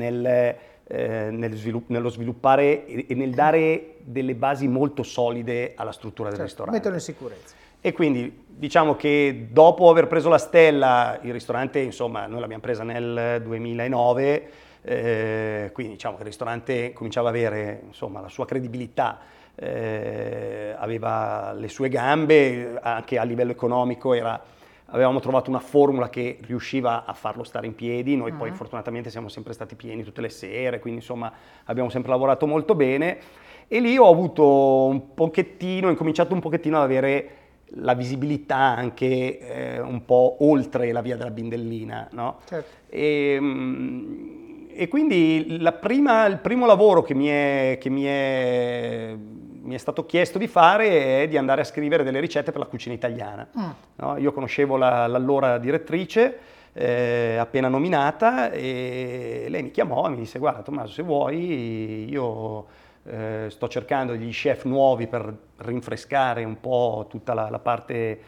nello sviluppare e nel dare delle basi molto solide alla struttura del ristorante. Metterlo in sicurezza. E quindi diciamo che dopo aver preso la stella, il ristorante, insomma, noi l'abbiamo presa nel 2009, quindi diciamo che il ristorante cominciava ad avere, insomma, la sua credibilità, aveva le sue gambe, anche a livello economico avevamo trovato una formula che riusciva a farlo stare in piedi. Noi poi fortunatamente siamo sempre stati pieni tutte le sere, quindi insomma abbiamo sempre lavorato molto bene, e lì ho incominciato un pochettino ad avere la visibilità anche un po' oltre la via della Bindellina, no? Certo. E quindi il primo lavoro che mi è mi è stato chiesto di fare è di andare a scrivere delle ricette per la cucina italiana. No? Io conoscevo l'allora direttrice, appena nominata, e lei mi chiamò e mi disse: guarda Tommaso, se vuoi io sto cercando degli chef nuovi per rinfrescare un po' tutta la parte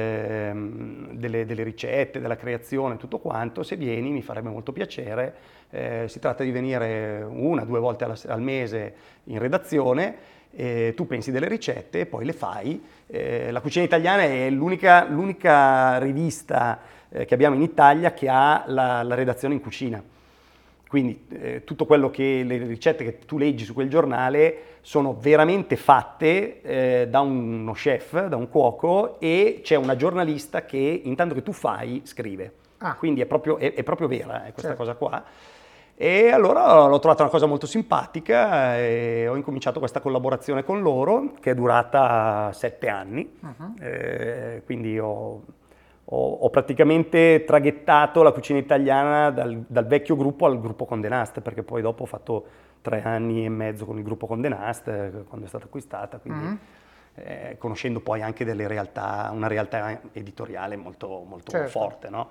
delle ricette, della creazione, tutto quanto. Se vieni mi farebbe molto piacere. Si tratta di venire 1 o 2 volte al mese in redazione, tu pensi delle ricette e poi le fai. La Cucina Italiana è l'unica rivista che abbiamo in Italia che ha la redazione in cucina. Quindi tutto quello che le ricette che tu leggi su quel giornale sono veramente fatte da uno chef, da un cuoco, e c'è una giornalista che intanto che tu fai scrive. Quindi è proprio vera questa cosa qua. E allora l'ho trovata una cosa molto simpatica e ho incominciato questa collaborazione con loro che è durata 7 anni. Quindi ho praticamente traghettato la cucina italiana dal vecchio gruppo al gruppo Condé Nast, perché poi dopo ho fatto 3 anni e mezzo con il gruppo Condé Nast quando è stata acquistata, quindi conoscendo poi anche una realtà editoriale molto, molto forte, no?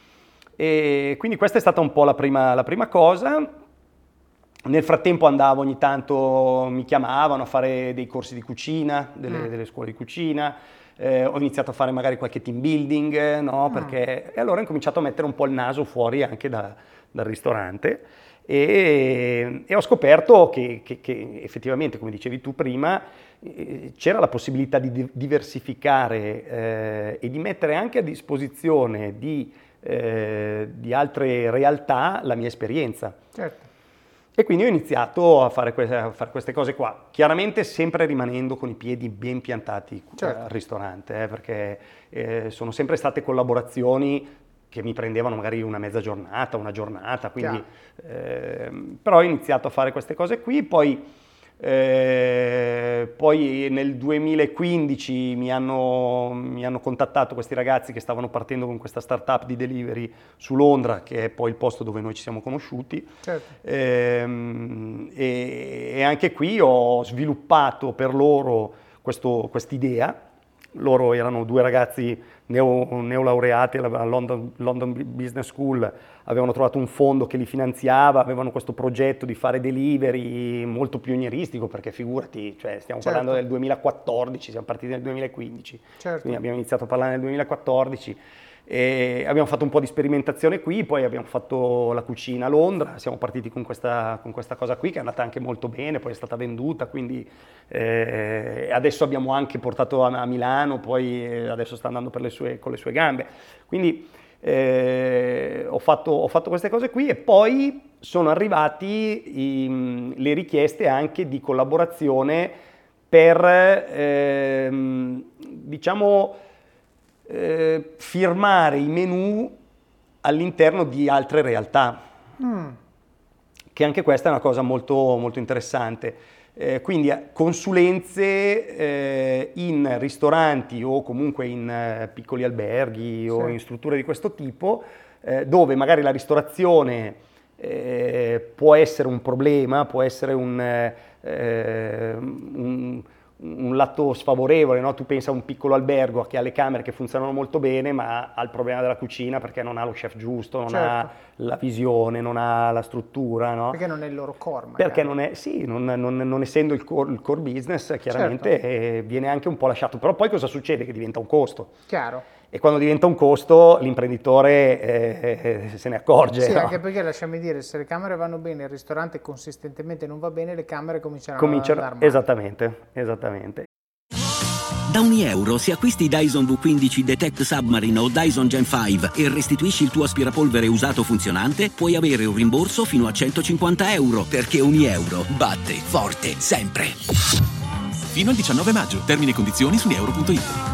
E quindi questa è stata un po' la prima cosa. Nel frattempo andavo ogni tanto, mi chiamavano a fare dei corsi di cucina, delle scuole di cucina. Ho iniziato a fare magari qualche team building, no? E allora ho incominciato a mettere un po' il naso fuori anche dal ristorante e ho scoperto che effettivamente, come dicevi tu prima, c'era la possibilità di diversificare e di mettere anche a disposizione di altre realtà la mia esperienza. Certo. E quindi ho iniziato a fare queste cose qua, chiaramente sempre rimanendo con i piedi ben piantati al ristorante, perché sono sempre state collaborazioni che mi prendevano magari una mezza giornata, una giornata, quindi, però ho iniziato a fare queste cose qui, poi nel 2015 mi hanno contattato questi ragazzi che stavano partendo con questa startup di delivery su Londra, che è poi il posto dove noi ci siamo conosciuti. E anche qui ho sviluppato per loro quest'idea. Loro erano 2 ragazzi neolaureati alla London Business School, avevano trovato un fondo che li finanziava, avevano questo progetto di fare delivery molto pionieristico, perché figurati, cioè stiamo parlando del 2014, siamo partiti nel 2015, quindi abbiamo iniziato a parlare nel 2014 e abbiamo fatto un po' di sperimentazione qui, poi abbiamo fatto la cucina a Londra, siamo partiti con questa cosa qui che è andata anche molto bene, poi è stata venduta, quindi adesso abbiamo anche portato a Milano, poi adesso sta andando con le sue gambe, quindi ho fatto queste cose qui e poi sono arrivati le richieste anche di collaborazione per diciamo firmare i menù all'interno di altre realtà, che anche questa è una cosa molto, molto interessante. Quindi consulenze in ristoranti o comunque in piccoli alberghi o in strutture di questo tipo, dove magari la ristorazione può essere un problema, può essere un lato sfavorevole, no? Tu pensa a un piccolo albergo che ha le camere che funzionano molto bene, ma ha il problema della cucina perché non ha lo chef giusto, non ha la visione, non ha la struttura, no? Perché non è il loro core, magari. Perché non essendo il core business, chiaramente viene anche un po' lasciato. Però poi cosa succede? Che diventa un costo. Chiaro. E quando diventa un costo, l'imprenditore se ne accorge. Sì, no? Anche perché, lasciami dire, se le camere vanno bene, il ristorante consistentemente non va bene, le camere cominciano ad andare male. Esattamente. Da €1 se acquisti Dyson V15 Detect Submarine o Dyson Gen 5 e restituisci il tuo aspirapolvere usato funzionante, puoi avere un rimborso fino a €150, perché €1 batte forte sempre. Fino al 19 maggio. Termini e condizioni su nieuro.it.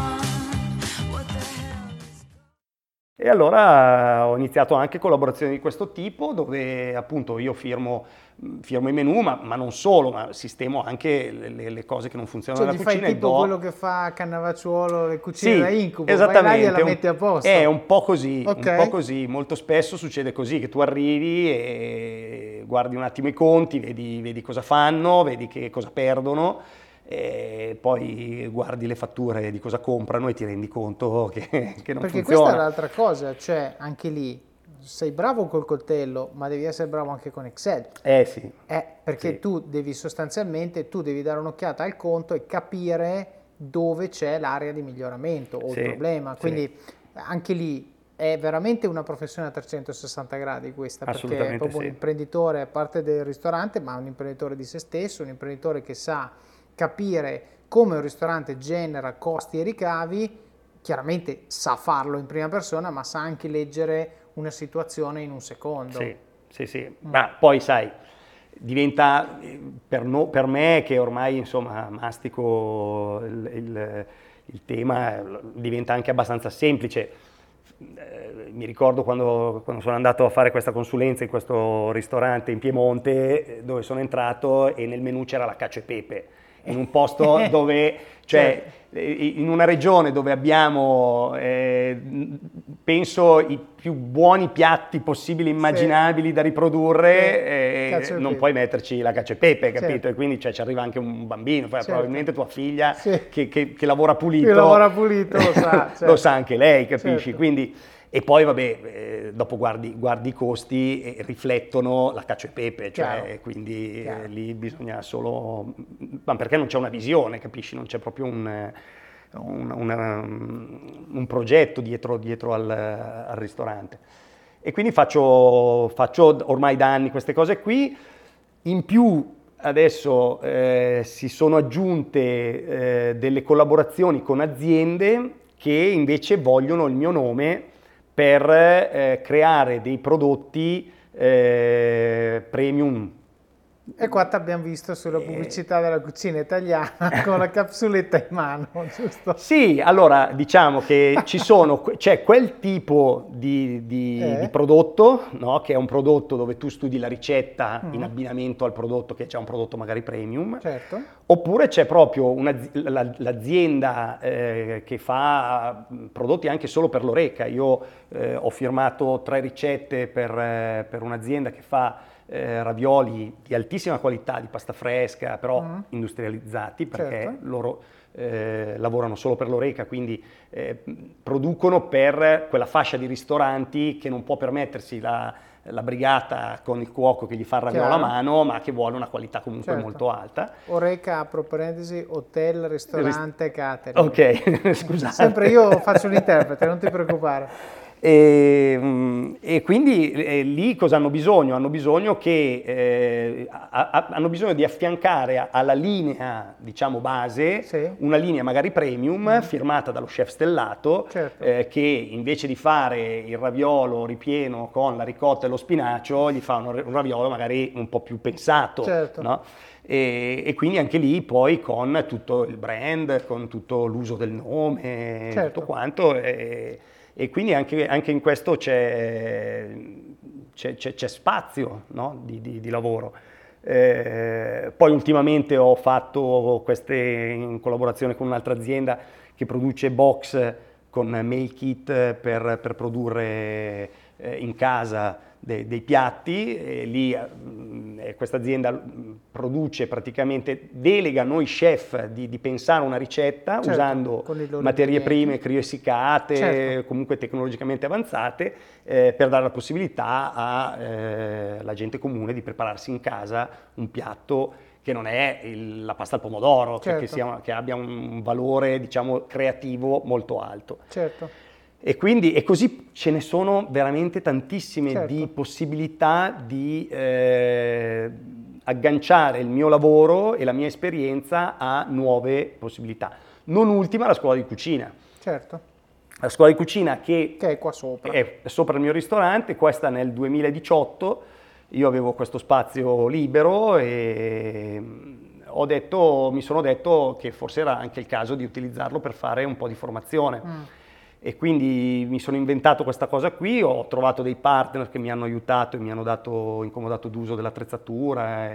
E allora ho iniziato anche collaborazioni di questo tipo, dove appunto io firmo i menù, ma non solo, ma sistemo anche le cose che non funzionano nella cucina. Fai tipo quello che fa Cannavacciuolo, le cucine da incubo, esattamente, vai là e la metti a posto. È un po' così, molto spesso succede così, che tu arrivi e guardi un attimo i conti, vedi cosa fanno, vedi che cosa perdono, poi guardi le fatture di cosa comprano e ti rendi conto che non funziona. Perché questa è l'altra cosa, cioè anche lì sei bravo col coltello, ma devi essere bravo anche con Excel. Sì. Perché tu devi dare un'occhiata al conto e capire dove c'è l'area di miglioramento o il problema. Quindi anche lì è veramente una professione a 360 gradi questa, perché è proprio un imprenditore, a parte del ristorante, ma un imprenditore di se stesso, un imprenditore che sa capire come un ristorante genera costi e ricavi, chiaramente sa farlo in prima persona, ma sa anche leggere una situazione in un secondo. Sì. Ma poi sai, diventa per me che ormai insomma mastico il tema, diventa anche abbastanza semplice. Mi ricordo quando sono andato a fare questa consulenza in questo ristorante in Piemonte, dove sono entrato e nel menù c'era la cacio e pepe, in un posto dove, cioè in una regione dove abbiamo, penso, i più buoni piatti possibili immaginabili da riprodurre, non puoi metterci la cacio e pepe, capito? E quindi ci arriva anche un bambino, probabilmente tua figlia che lavora pulito, lo sa, lo sa anche lei, capisci? Quindi, e poi vabbè, dopo guardi i costi e riflettono la cacio e pepe, cioè quindi lì bisogna solo, ma perché non c'è una visione, capisci? Non c'è proprio un progetto dietro al ristorante. E quindi faccio ormai da anni queste cose qui. In più adesso si sono aggiunte delle collaborazioni con aziende che invece vogliono il mio nome per creare dei prodotti premium. E qua ti abbiamo visto sulla pubblicità della cucina italiana con la capsuletta in mano, giusto? Sì, allora diciamo che c'è quel tipo di prodotto, no? Che è un prodotto dove tu studi la ricetta in abbinamento al prodotto, che c'è un prodotto magari premium. Certo. Oppure c'è proprio l'azienda che fa prodotti anche solo per l'oreca. Io ho firmato 3 ricette per un'azienda che fa ravioli di altissima qualità, di pasta fresca, però industrializzati, perché loro lavorano solo per l'oreca, quindi producono per quella fascia di ristoranti che non può permettersi la brigata con il cuoco che gli fa il raviolo a mano, ma che vuole una qualità comunque molto alta. Oreca, apro parentesi, hotel, ristorante, catering. Ok, scusate. Sempre io faccio l'interprete, non ti preoccupare. E quindi lì cosa hanno bisogno? Hanno bisogno hanno bisogno di affiancare alla linea, diciamo, base, una linea magari premium firmata dallo chef stellato, che invece di fare il raviolo ripieno con la ricotta e lo spinacio gli fa un raviolo magari un po' più pensato, no? E quindi anche lì poi con tutto il brand, con tutto l'uso del nome, tutto quanto. E quindi anche in questo c'è spazio, no? di lavoro. Poi ultimamente ho fatto queste in collaborazione con un'altra azienda che produce box con meal kit per produrre in casa dei piatti, e lì questa azienda produce praticamente, delega a noi chef di pensare una ricetta usando materie prime crioessiccate, comunque tecnologicamente avanzate, per dare la possibilità alla gente comune di prepararsi in casa un piatto che non è la pasta al pomodoro, che abbia un valore, diciamo, creativo molto alto. E così ce ne sono veramente tantissime di possibilità di agganciare il mio lavoro e la mia esperienza a nuove possibilità. Non ultima la scuola di cucina. La scuola di cucina che è qua sopra. È sopra il mio ristorante. Questa nel 2018 io avevo questo spazio libero e mi sono detto che forse era anche il caso di utilizzarlo per fare un po' di formazione. E quindi mi sono inventato questa cosa qui, ho trovato dei partner che mi hanno aiutato e mi hanno incomodato d'uso dell'attrezzatura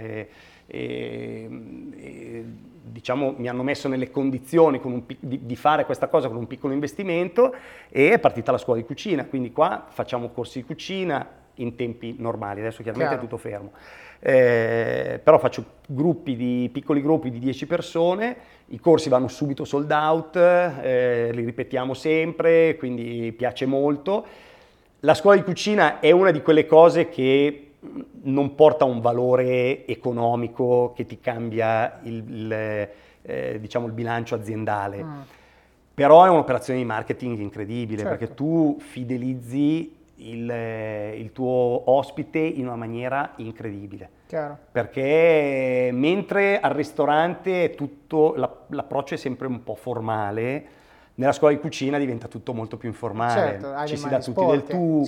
e diciamo mi hanno messo nelle condizioni di fare questa cosa con un piccolo investimento, e è partita la scuola di cucina. Quindi qua facciamo corsi di cucina in tempi normali, adesso chiaramente è tutto fermo. però faccio piccoli gruppi di 10 persone, i corsi vanno subito sold out, li ripetiamo sempre, quindi piace molto. La scuola di cucina è una di quelle cose che non porta un valore economico che ti cambia diciamo il bilancio aziendale, però è un'operazione di marketing incredibile, perché tu fidelizzi il tuo ospite in una maniera incredibile. Chiaro. Perché mentre al ristorante l'approccio è sempre un po' formale, nella scuola di cucina diventa tutto molto più informale, ci si dà tutti del tu,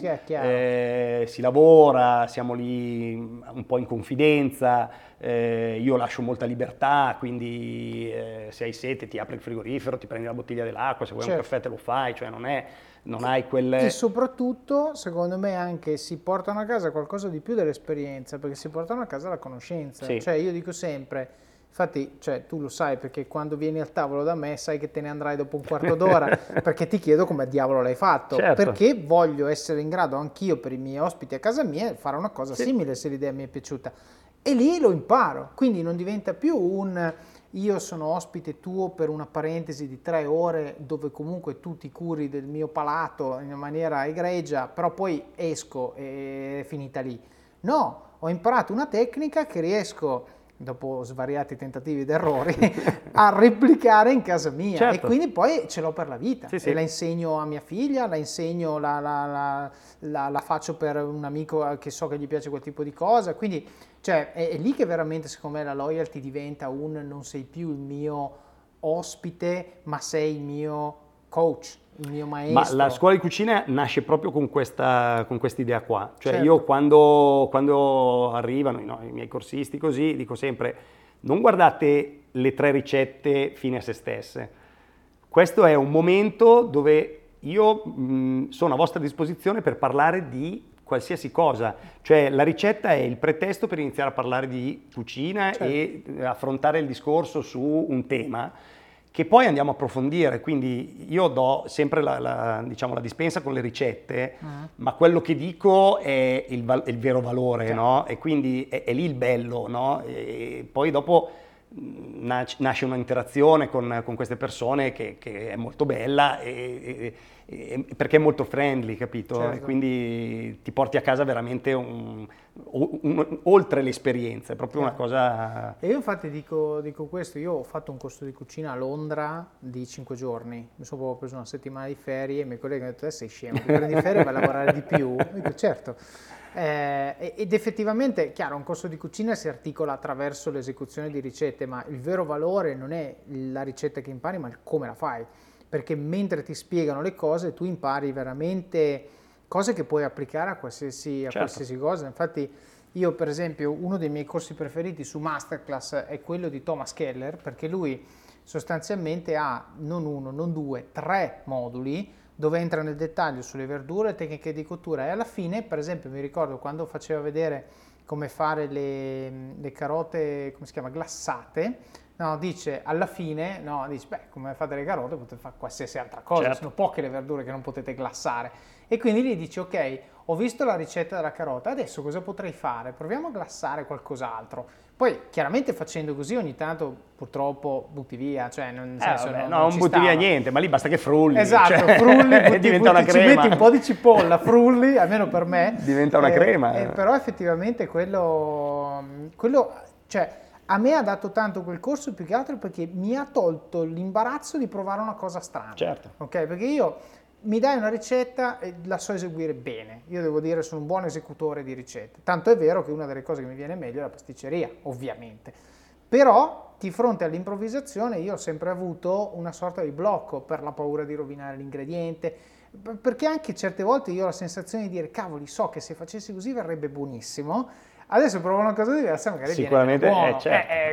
si lavora, siamo lì un po' in confidenza, io lascio molta libertà, quindi se hai sete ti apri il frigorifero, ti prendi la bottiglia dell'acqua, se vuoi un caffè te lo fai, cioè non hai quelle... E soprattutto, secondo me, anche si portano a casa qualcosa di più dell'esperienza, perché si portano a casa la conoscenza. Sì. Cioè io dico sempre, infatti, cioè, tu lo sai perché quando vieni al tavolo da me sai che te ne andrai dopo un quarto d'ora, perché ti chiedo come diavolo l'hai fatto, perché voglio essere in grado anch'io per i miei ospiti a casa mia fare una cosa simile se l'idea mi è piaciuta. E lì lo imparo, quindi non diventa più io sono ospite tuo per una parentesi di 3 ore dove comunque tu ti curi del mio palato in maniera egregia, però poi esco e è finita lì. No, ho imparato una tecnica che riesco, dopo svariati tentativi ed errori, a replicare in casa mia, e quindi poi ce l'ho per la vita, e la insegno a mia figlia, la insegno, la faccio per un amico che so che gli piace quel tipo di cosa, quindi cioè, è lì che veramente secondo me la loyalty diventa non sei più il mio ospite, ma sei il mio coach, il mio maestro. Ma la scuola di cucina nasce proprio con questa idea qua. Cioè io quando arrivano i miei corsisti così, dico sempre, non guardate le 3 ricette fine a se stesse. Questo è un momento dove io sono a vostra disposizione per parlare di qualsiasi cosa, cioè la ricetta è il pretesto per iniziare a parlare di cucina e affrontare il discorso su un tema che poi andiamo a approfondire, quindi io do sempre diciamo, la dispensa con le ricette, ma quello che dico è il vero valore, no? E quindi è lì il bello, no? E poi dopo nasce un'interazione con queste persone che è molto bella perché è molto friendly, capito? E quindi ti porti a casa veramente oltre l'esperienza, è proprio una cosa... E io infatti dico questo, io ho fatto un corso di cucina a Londra di 5 giorni, mi sono proprio preso una settimana di ferie, e i miei colleghi mi hanno detto sei scemo, ti prendi ferie e vai a lavorare di più? Io dico certo. Ed effettivamente, chiaro, un corso di cucina si articola attraverso l'esecuzione di ricette, ma il vero valore non è la ricetta che impari, ma il come la fai, perché mentre ti spiegano le cose tu impari veramente cose che puoi applicare a qualsiasi cosa. Infatti io per esempio uno dei miei corsi preferiti su Masterclass è quello di Thomas Keller, perché lui sostanzialmente ha non 1, non 2, 3 moduli dove entra nel dettaglio sulle verdure, tecniche di cottura, e alla fine, per esempio, mi ricordo quando faceva vedere come fare le carote, come si chiama, glassate, dice alla fine, come fate le carote potete fare qualsiasi altra cosa, sono poche le verdure che non potete glassare, e quindi gli dici ok, ho visto la ricetta della carota, adesso cosa potrei fare? Proviamo a glassare qualcos'altro. Poi chiaramente facendo così ogni tanto purtroppo butti via, cioè non butti via niente, ma lì basta che frulli. Esatto, frulli, diventa una crema. Ci metti un po' di cipolla, frulli, almeno per me. Diventa una crema. Però effettivamente quello, cioè a me ha dato tanto quel corso, più che altro perché mi ha tolto l'imbarazzo di provare una cosa strana. Certo. Ok, perché io mi dai una ricetta e la so eseguire bene, io devo dire sono un buon esecutore di ricette, tanto è vero che una delle cose che mi viene meglio è la pasticceria, ovviamente, però di fronte all'improvvisazione io ho sempre avuto una sorta di blocco per la paura di rovinare l'ingrediente, perché anche certe volte io ho la sensazione di dire cavoli, so che se facessi così verrebbe buonissimo, adesso provo una cosa diversa, magari sicuramente viene buono.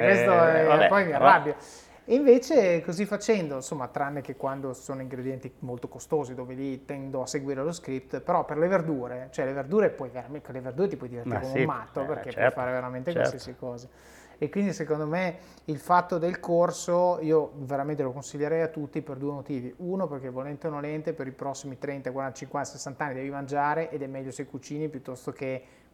Questo poi mi arrabbio. E invece così facendo, insomma, tranne che quando sono ingredienti molto costosi, dove lì tendo a seguire lo script, però per le verdure, cioè le verdure puoi veramente, con le verdure ti puoi divertire come un matto, perché puoi fare veramente qualsiasi cosa. E quindi secondo me il fatto del corso io veramente lo consiglierei a tutti per 2 motivi. Uno, perché volente o nolente per i prossimi 30, 40, 50, 60 anni devi mangiare ed è meglio se cucini piuttosto che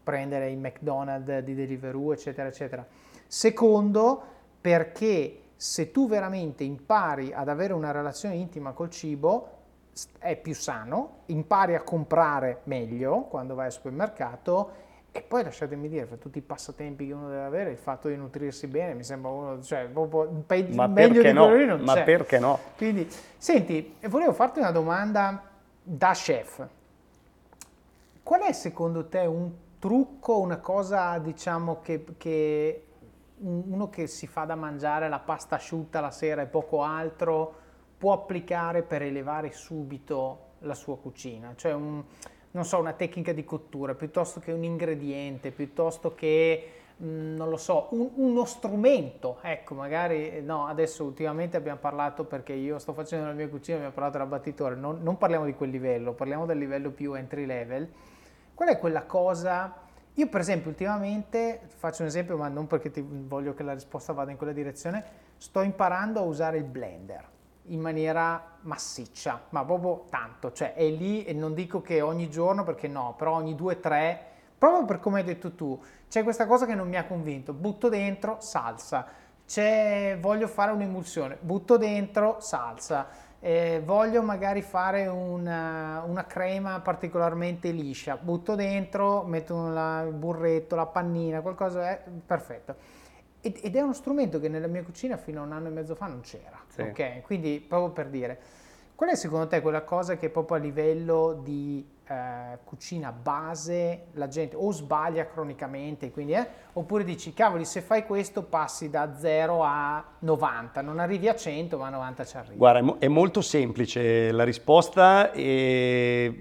prendere il McDonald's di Deliveroo, eccetera, eccetera. Secondo, perché se tu veramente impari ad avere una relazione intima col cibo, è più sano, impari a comprare meglio quando vai al supermercato. E poi lasciatemi dire, per tutti i passatempi che uno deve avere, il fatto di nutrirsi bene mi sembra uno, cioè, proprio meglio di quello lì non c'è. Ma perché no? Quindi, senti, volevo farti una domanda da chef. Qual è secondo te un trucco, una cosa, diciamo, che uno che si fa da mangiare la pasta asciutta la sera e poco altro può applicare per elevare subito la sua cucina? Cioè non so, una tecnica di cottura, piuttosto che un ingrediente, piuttosto che, non lo so, uno strumento. Ecco, magari, no, adesso ultimamente abbiamo parlato, perché io sto facendo la mia cucina, abbiamo parlato dell'abbattitore, non parliamo di quel livello, parliamo del livello più entry level. Qual è quella cosa? Io per esempio ultimamente, faccio un esempio, ma non perché voglio che la risposta vada in quella direzione, sto imparando a usare il blender in maniera massiccia, ma proprio tanto, cioè è lì, e non dico che ogni giorno, perché no, però ogni 2-3, proprio per come hai detto tu, c'è questa cosa che non mi ha convinto, butto dentro salsa, voglio fare un'emulsione, butto dentro salsa, voglio magari fare una crema particolarmente liscia, butto dentro, metto il burretto, la pannina, qualcosa, perfetto. Ed è uno strumento che nella mia cucina fino a un anno e mezzo fa non c'era, sì. Ok? Quindi proprio per dire, qual è secondo te quella cosa che proprio a livello di cucina base la gente o sbaglia cronicamente, quindi, oppure dici, cavoli, se fai questo passi da 0 a 90, non arrivi a 100 ma a 90 ci arrivi? Guarda, è molto semplice la risposta e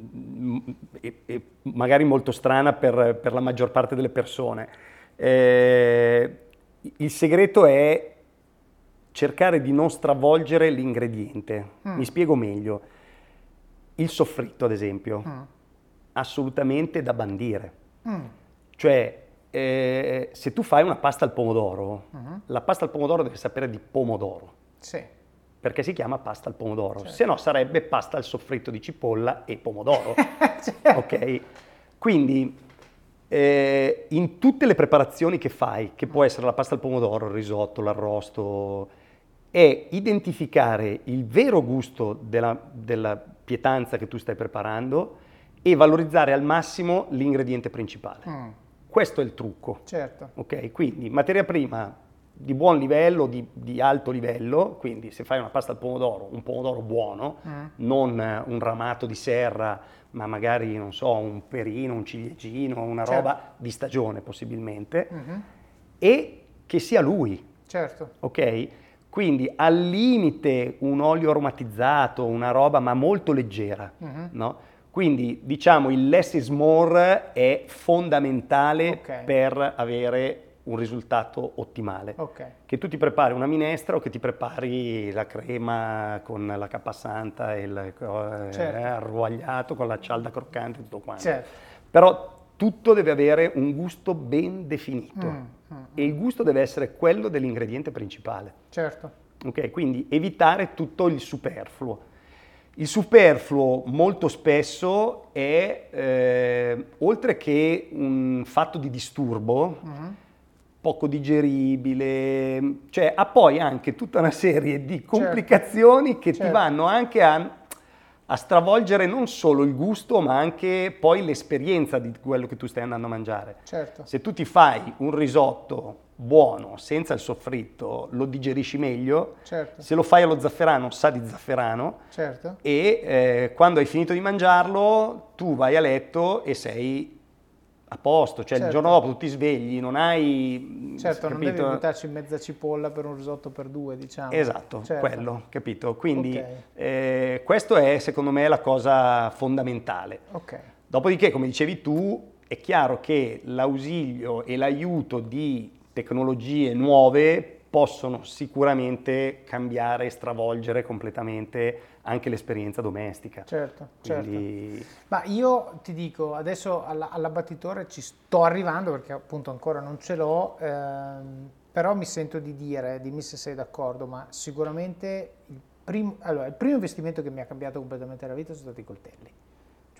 magari molto strana per la maggior parte delle persone. Il segreto è cercare di non stravolgere l'ingrediente. Mi spiego meglio. Il soffritto, ad esempio, assolutamente da bandire. Cioè, se tu fai una pasta al pomodoro, la pasta al pomodoro deve sapere di pomodoro. Sì. Perché si chiama pasta al pomodoro. Certo. Se no sarebbe pasta al soffritto di cipolla e pomodoro. Certo. Ok? Quindi, in tutte le preparazioni che fai, che può essere la pasta al pomodoro, il risotto, l'arrosto, è identificare il vero gusto della pietanza che tu stai preparando e valorizzare al massimo l'ingrediente principale. Questo è il trucco. Certo. Ok? Quindi materia prima di buon livello, di alto livello, quindi se fai una pasta al pomodoro, un pomodoro buono, non un ramato di serra, ma magari, non so, un perino, un ciliegino, una roba di stagione possibilmente, e che sia lui. Certo. Ok? Quindi al limite un olio aromatizzato, una roba ma molto leggera, no? Quindi diciamo il less is more è fondamentale per avere un risultato ottimale. Che tu ti prepari una minestra o che ti prepari la crema con la cappasanta e il arruagliato con la cialda croccante e tutto quanto. Certo. Però tutto deve avere un gusto ben definito e il gusto deve essere quello dell'ingrediente principale. Certo. Ok, quindi evitare tutto il superfluo. Il superfluo molto spesso è, oltre che un fatto di disturbo, poco digeribile, cioè ha poi anche tutta una serie di complicazioni che ti vanno anche a stravolgere non solo il gusto, ma anche poi l'esperienza di quello che tu stai andando a mangiare. Certo. Se tu ti fai un risotto buono, senza il soffritto, lo digerisci meglio. Certo. Se lo fai allo zafferano, sa di zafferano. Certo. E quando hai finito di mangiarlo, tu vai a letto e sei a posto. Cioè il giorno dopo tu ti svegli, non hai... Certo, non devi buttarci mezza cipolla per un risotto per due, diciamo. Esatto, quello, capito? Quindi questo è, secondo me, la cosa fondamentale. Dopodiché, come dicevi tu, è chiaro che l'ausilio e l'aiuto di tecnologie nuove possono sicuramente cambiare e stravolgere completamente anche l'esperienza domestica. Certo, quindi... certo. Ma io ti dico, adesso all'abbattitore ci sto arrivando perché appunto ancora non ce l'ho, però mi sento di dire, dimmi se sei d'accordo, ma sicuramente il primo investimento che mi ha cambiato completamente la vita sono stati i coltelli.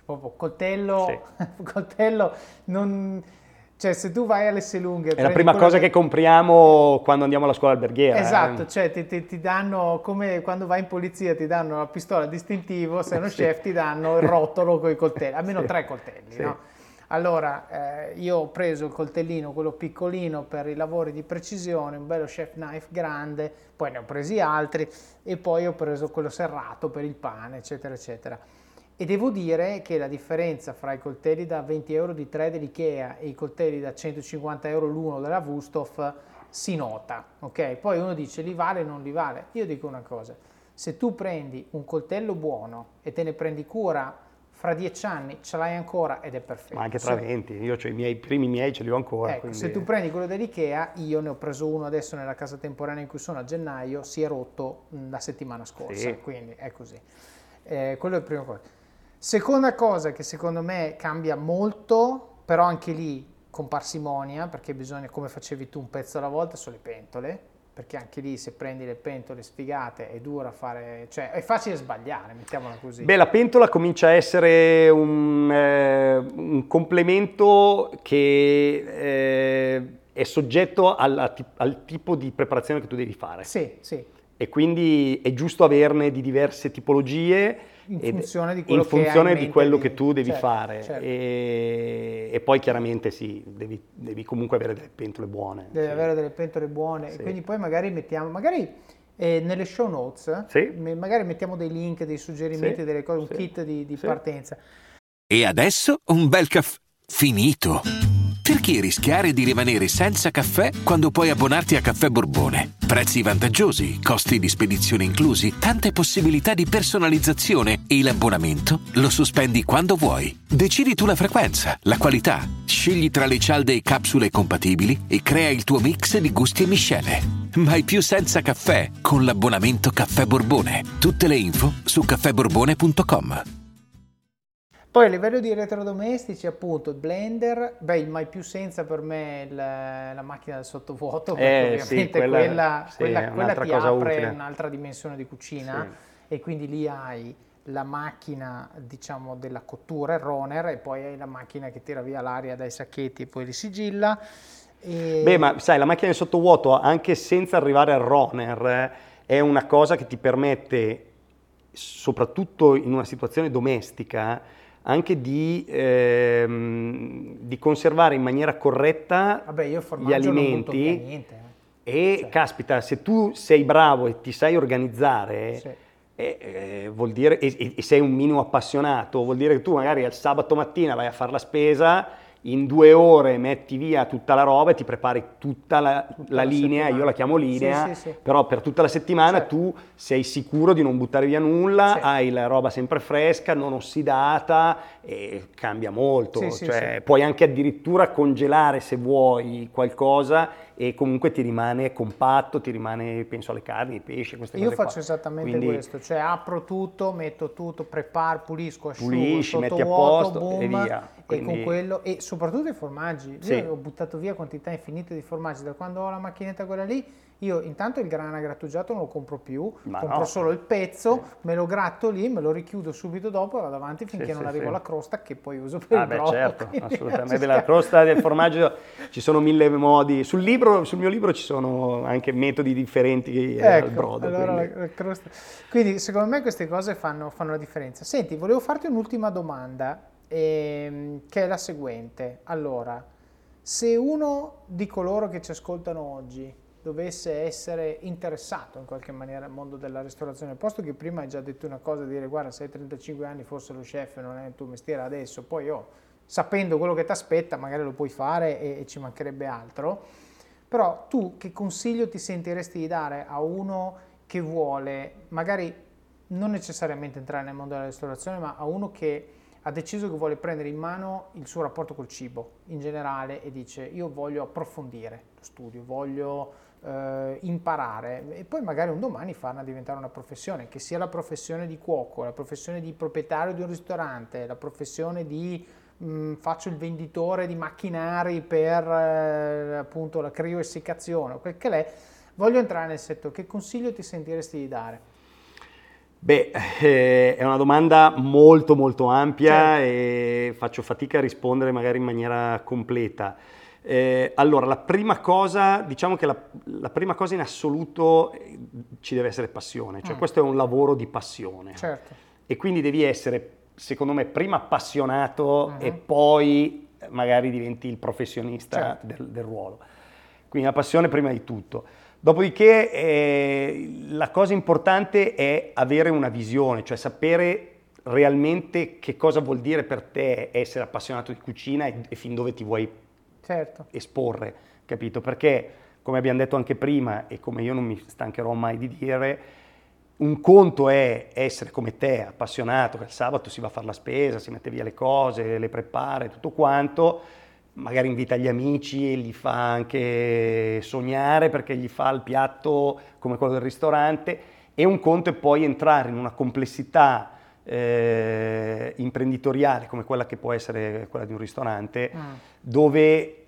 proprio coltello, coltello non... Cioè, se tu vai all'Esselunga... È la prima cosa che compriamo quando andiamo alla scuola alberghiera. Esatto, cioè ti danno, come quando vai in polizia ti danno la pistola distintivo, sei uno chef ti danno il rotolo con i coltelli, almeno 3 coltelli, no? Allora, io ho preso il coltellino, quello piccolino per i lavori di precisione, un bello chef knife grande, poi ne ho presi altri e poi ho preso quello serrato per il pane, eccetera, eccetera. E devo dire che la differenza fra i coltelli da 20 euro di 3 dell'Ikea e i coltelli da 150 euro l'uno della Wusthof si nota, ok? Poi uno dice li vale o non li vale. Io dico una cosa, se tu prendi un coltello buono e te ne prendi cura, fra 10 anni ce l'hai ancora ed è perfetto. Ma anche tra 20, io ho i primi miei ce li ho ancora. Ecco, quindi... se tu prendi quello dell'Ikea, io ne ho preso uno adesso nella casa temporanea in cui sono a gennaio, si è rotto la settimana scorsa, quindi è così. Quello è il primo cosa. Seconda cosa che secondo me cambia molto, però anche lì con parsimonia, perché bisogna, come facevi tu, un pezzo alla volta, sono le pentole, perché anche lì se prendi le pentole sfigate è dura fare, cioè è facile sbagliare, mettiamola così. Beh, la pentola comincia a essere un complemento che è soggetto al tipo di preparazione che tu devi fare. Sì, sì. E quindi è giusto averne di diverse tipologie in funzione di quello, che tu devi fare. Certo. E poi chiaramente sì, devi comunque avere delle pentole buone. Devi avere delle pentole buone, e quindi poi magari mettiamo, nelle show notes, magari mettiamo dei link, dei suggerimenti, delle cose, un kit di partenza. E adesso un bel caffè finito. Perché rischiare di rimanere senza caffè quando puoi abbonarti a Caffè Borbone? Prezzi vantaggiosi, costi di spedizione inclusi, tante possibilità di personalizzazione e l'abbonamento lo sospendi quando vuoi. Decidi tu la frequenza, la qualità, scegli tra le cialde e capsule compatibili e crea il tuo mix di gusti e miscele. Mai più senza caffè con l'abbonamento Caffè Borbone. Tutte le info su caffèborbone.com. Poi a livello di elettrodomestici, appunto, il blender, il mai più senza per me la macchina del sottovuoto, perché ovviamente quella ti apre un'altra dimensione di cucina, e quindi lì hai la macchina, diciamo, della cottura, il runner, e poi hai la macchina che tira via l'aria dai sacchetti e poi li sigilla. Beh, ma sai, la macchina del sottovuoto, anche senza arrivare al runner, è una cosa che ti permette, soprattutto in una situazione domestica, anche di conservare in maniera corretta gli alimenti. Caspita, se tu sei bravo e ti sai organizzare, vuol dire, e sei un minimo appassionato, vuol dire che tu magari al sabato mattina vai a fare la spesa, in 2 ore metti via tutta la roba e ti prepari tutta la linea, io la chiamo linea, però per tutta la settimana tu sei sicuro di non buttare via nulla, hai la roba sempre fresca, non ossidata, e cambia molto, puoi anche addirittura congelare se vuoi qualcosa e comunque ti rimane compatto, ti rimane, penso alle carni, ai pesci, queste cose. Io faccio esattamente questo, cioè apro tutto, metto tutto, preparo, pulisco, asciugo, metti a posto, boom, e via. Quindi... E con quello, e soprattutto i formaggi, io ho buttato via quantità infinite di formaggi, da quando ho la macchinetta quella lì, io intanto il grana grattugiato non lo compro più, compro solo il pezzo, me lo gratto lì, me lo richiudo subito dopo e vado avanti finché non arrivo alla crosta, che poi uso per il brodo. Certo, assolutamente, la crosta del formaggio ci sono 1000 modi, sul mio libro ci sono anche metodi differenti al brodo. Allora la crosta. Quindi secondo me queste cose fanno la differenza. Senti, volevo farti un'ultima domanda, che è la seguente. Allora, se uno di coloro che ci ascoltano oggi dovesse essere interessato in qualche maniera al mondo della ristorazione, posto che prima hai già detto una cosa, dire guarda, sei 35 anni, forse lo chef non è il tuo mestiere adesso, poi sapendo quello che ti aspetta magari lo puoi fare e ci mancherebbe altro, però tu che consiglio ti sentiresti di dare a uno che vuole magari non necessariamente entrare nel mondo della ristorazione, ma a uno che ha deciso che vuole prendere in mano il suo rapporto col cibo in generale e dice io voglio approfondire lo studio, voglio imparare e poi magari un domani farla diventare una professione, che sia la professione di cuoco, la professione di proprietario di un ristorante, la professione di faccio il venditore di macchinari per appunto la crioessiccazione o quel che è, voglio entrare nel settore, che consiglio ti sentiresti di dare? È una domanda molto molto ampia, certo, e faccio fatica a rispondere magari in maniera completa. Allora, la prima cosa, diciamo che la prima cosa in assoluto ci deve essere passione, cioè questo è un lavoro di passione. Certo. E quindi devi essere, secondo me, prima appassionato e poi magari diventi il professionista, certo, del ruolo. Quindi la passione prima di tutto. Dopodiché la cosa importante è avere una visione, cioè sapere realmente che cosa vuol dire per te essere appassionato di cucina e fin dove ti vuoi, certo, esporre, capito? Perché, come abbiamo detto anche prima e come io non mi stancherò mai di dire, un conto è essere come te, appassionato, che il sabato si va a fare la spesa, si mette via le cose, le prepara e tutto quanto, magari invita gli amici e gli fa anche sognare perché gli fa il piatto come quello del ristorante, e un conto è poi entrare in una complessità imprenditoriale come quella che può essere quella di un ristorante, dove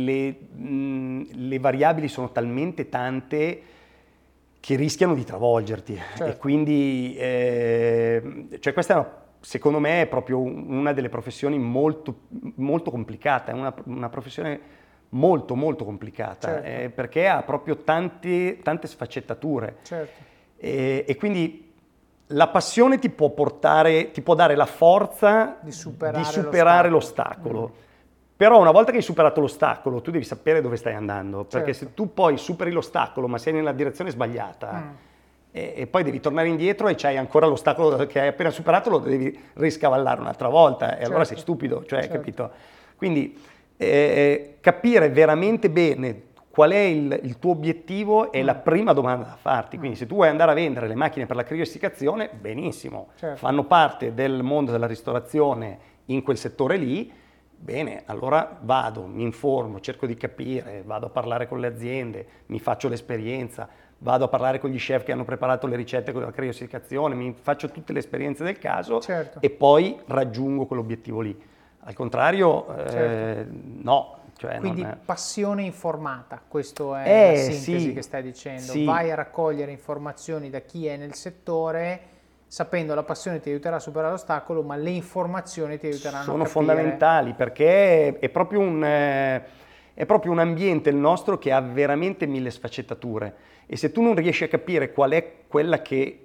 le variabili sono talmente tante che rischiano di travolgerti, certo, e quindi cioè questa è secondo me è proprio una delle professioni molto, molto complicata, è una professione molto molto complicata, certo, perché ha proprio tante sfaccettature, certo, e quindi la passione ti può dare la forza di superare l'ostacolo. Però una volta che hai superato l'ostacolo, tu devi sapere dove stai andando, perché certo, se tu poi superi l'ostacolo ma sei nella direzione sbagliata, e poi devi tornare indietro e c'hai ancora l'ostacolo che hai appena superato, lo devi riscavallare un'altra volta, e certo, allora sei stupido, cioè, certo, capito? Quindi capire veramente bene qual è il tuo obiettivo è la prima domanda da farti. Quindi se tu vuoi andare a vendere le macchine per la criosisticazione, benissimo, certo, fanno parte del mondo della ristorazione in quel settore lì, bene, allora vado, mi informo, cerco di capire, vado a parlare con le aziende, mi faccio l'esperienza, vado a parlare con gli chef che hanno preparato le ricette con la criosificazione, mi faccio tutte le esperienze del caso, certo, e poi raggiungo quell'obiettivo lì. Al contrario, certo, no. Cioè quindi passione informata, questo è la sintesi, sì, che stai dicendo. Sì. Vai a raccogliere informazioni da chi è nel settore, sapendo la passione ti aiuterà a superare l'ostacolo, ma le informazioni ti aiuteranno a capire. Sono fondamentali, perché è proprio un ambiente il nostro che ha veramente 1000 sfaccettature, e se tu non riesci a capire qual è quella che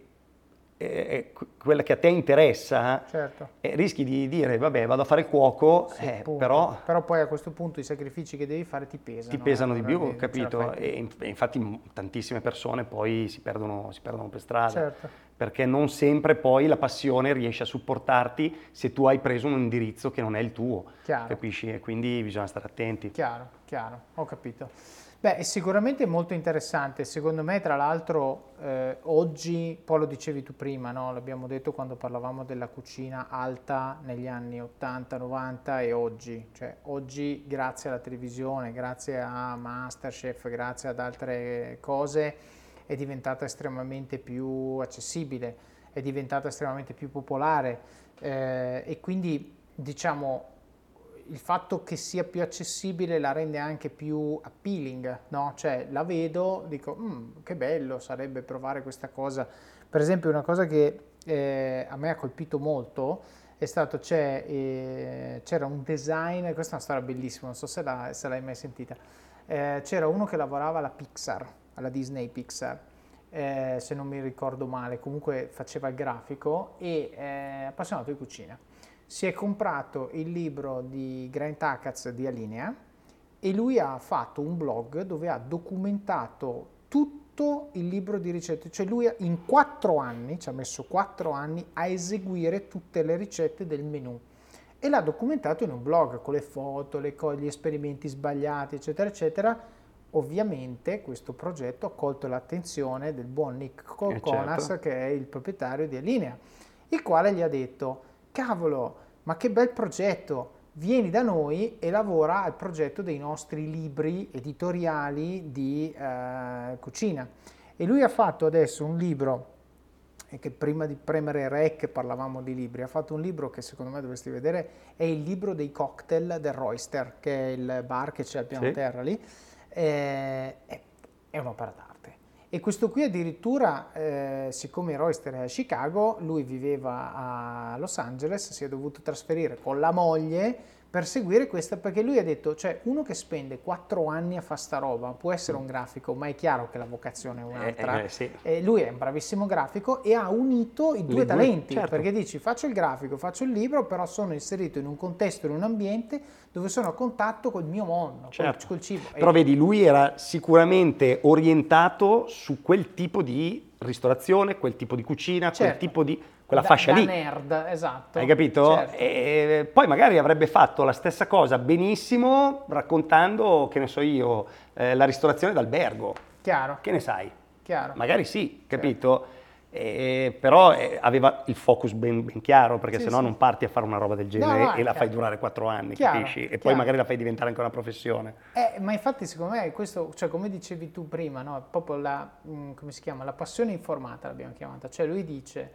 a te interessa, certo, rischi di dire vabbè, vado a fare il cuoco, sì, però poi a questo punto i sacrifici che devi fare ti pesano di più, capito? E infatti tantissime persone poi si perdono per strada, certo, perché non sempre poi la passione riesce a supportarti se tu hai preso un indirizzo che non è il tuo, chiaro, capisci? E quindi bisogna stare attenti. Chiaro, ho capito. Beh, è sicuramente molto interessante, secondo me, tra l'altro oggi, poi lo dicevi tu prima, no? L'abbiamo detto quando parlavamo della cucina alta negli anni 80-90 e oggi, cioè oggi grazie alla televisione, grazie a Masterchef, grazie ad altre cose è diventata estremamente più accessibile, è diventata estremamente più popolare, e quindi diciamo il fatto che sia più accessibile la rende anche più appealing, no? Cioè la vedo, dico che bello sarebbe provare questa cosa. Per esempio una cosa che a me ha colpito molto è stato, c'era un design, questa è una storia bellissima, non so se l'hai mai sentita, c'era uno che lavorava alla Pixar, alla Disney Pixar, se non mi ricordo male, comunque faceva il grafico e appassionato di cucina. Si è comprato il libro di Grant Achatz di Alinea e lui ha fatto un blog dove ha documentato tutto il libro di ricette, cioè lui in 4 anni, ci ha messo 4 anni a eseguire tutte le ricette del menù e l'ha documentato in un blog con le foto, gli esperimenti sbagliati, eccetera, eccetera. Ovviamente questo progetto ha colto l'attenzione del buon Nick Kokonas, certo, che è il proprietario di Alinea, il quale gli ha detto: cavolo, ma che bel progetto, vieni da noi e lavora al progetto dei nostri libri editoriali di cucina. E lui ha fatto adesso un libro, e che prima di premere rec parlavamo di libri, ha fatto un libro che secondo me dovresti vedere, è il libro dei cocktail del Royster, che è il bar che c'è al piano, sì, terra lì, è un'opera d'arte. E questo qui addirittura, siccome Royster è a Chicago, lui viveva a Los Angeles, si è dovuto trasferire con la moglie per seguire questa, perché lui ha detto, cioè uno che spende 4 anni a fare sta roba può essere un grafico, ma è chiaro che la vocazione è un'altra. Sì. Lui è un bravissimo grafico e ha unito i due talenti, certo. perché dici faccio il grafico, faccio il libro, però sono inserito in un contesto, in un ambiente dove sono a contatto col mio mondo, certo. col cibo. Però vedi, lui era sicuramente orientato su quel tipo di ristorazione, quel tipo di cucina, certo. quel tipo di... quella fascia lì. Nerd, esatto. Hai capito? Certo. E poi magari avrebbe fatto la stessa cosa benissimo raccontando, che ne so io, la ristorazione d'albergo. Chiaro. Che ne sai? Chiaro. Magari sì, capito? Però aveva il focus ben chiaro, perché sennò non parti a fare una roba del genere e la fai durare 4 anni, capisci? E poi magari la fai diventare anche una professione. Ma infatti secondo me questo, cioè come dicevi tu prima, no? Proprio la, come si chiama? La passione informata l'abbiamo chiamata. Cioè lui dice,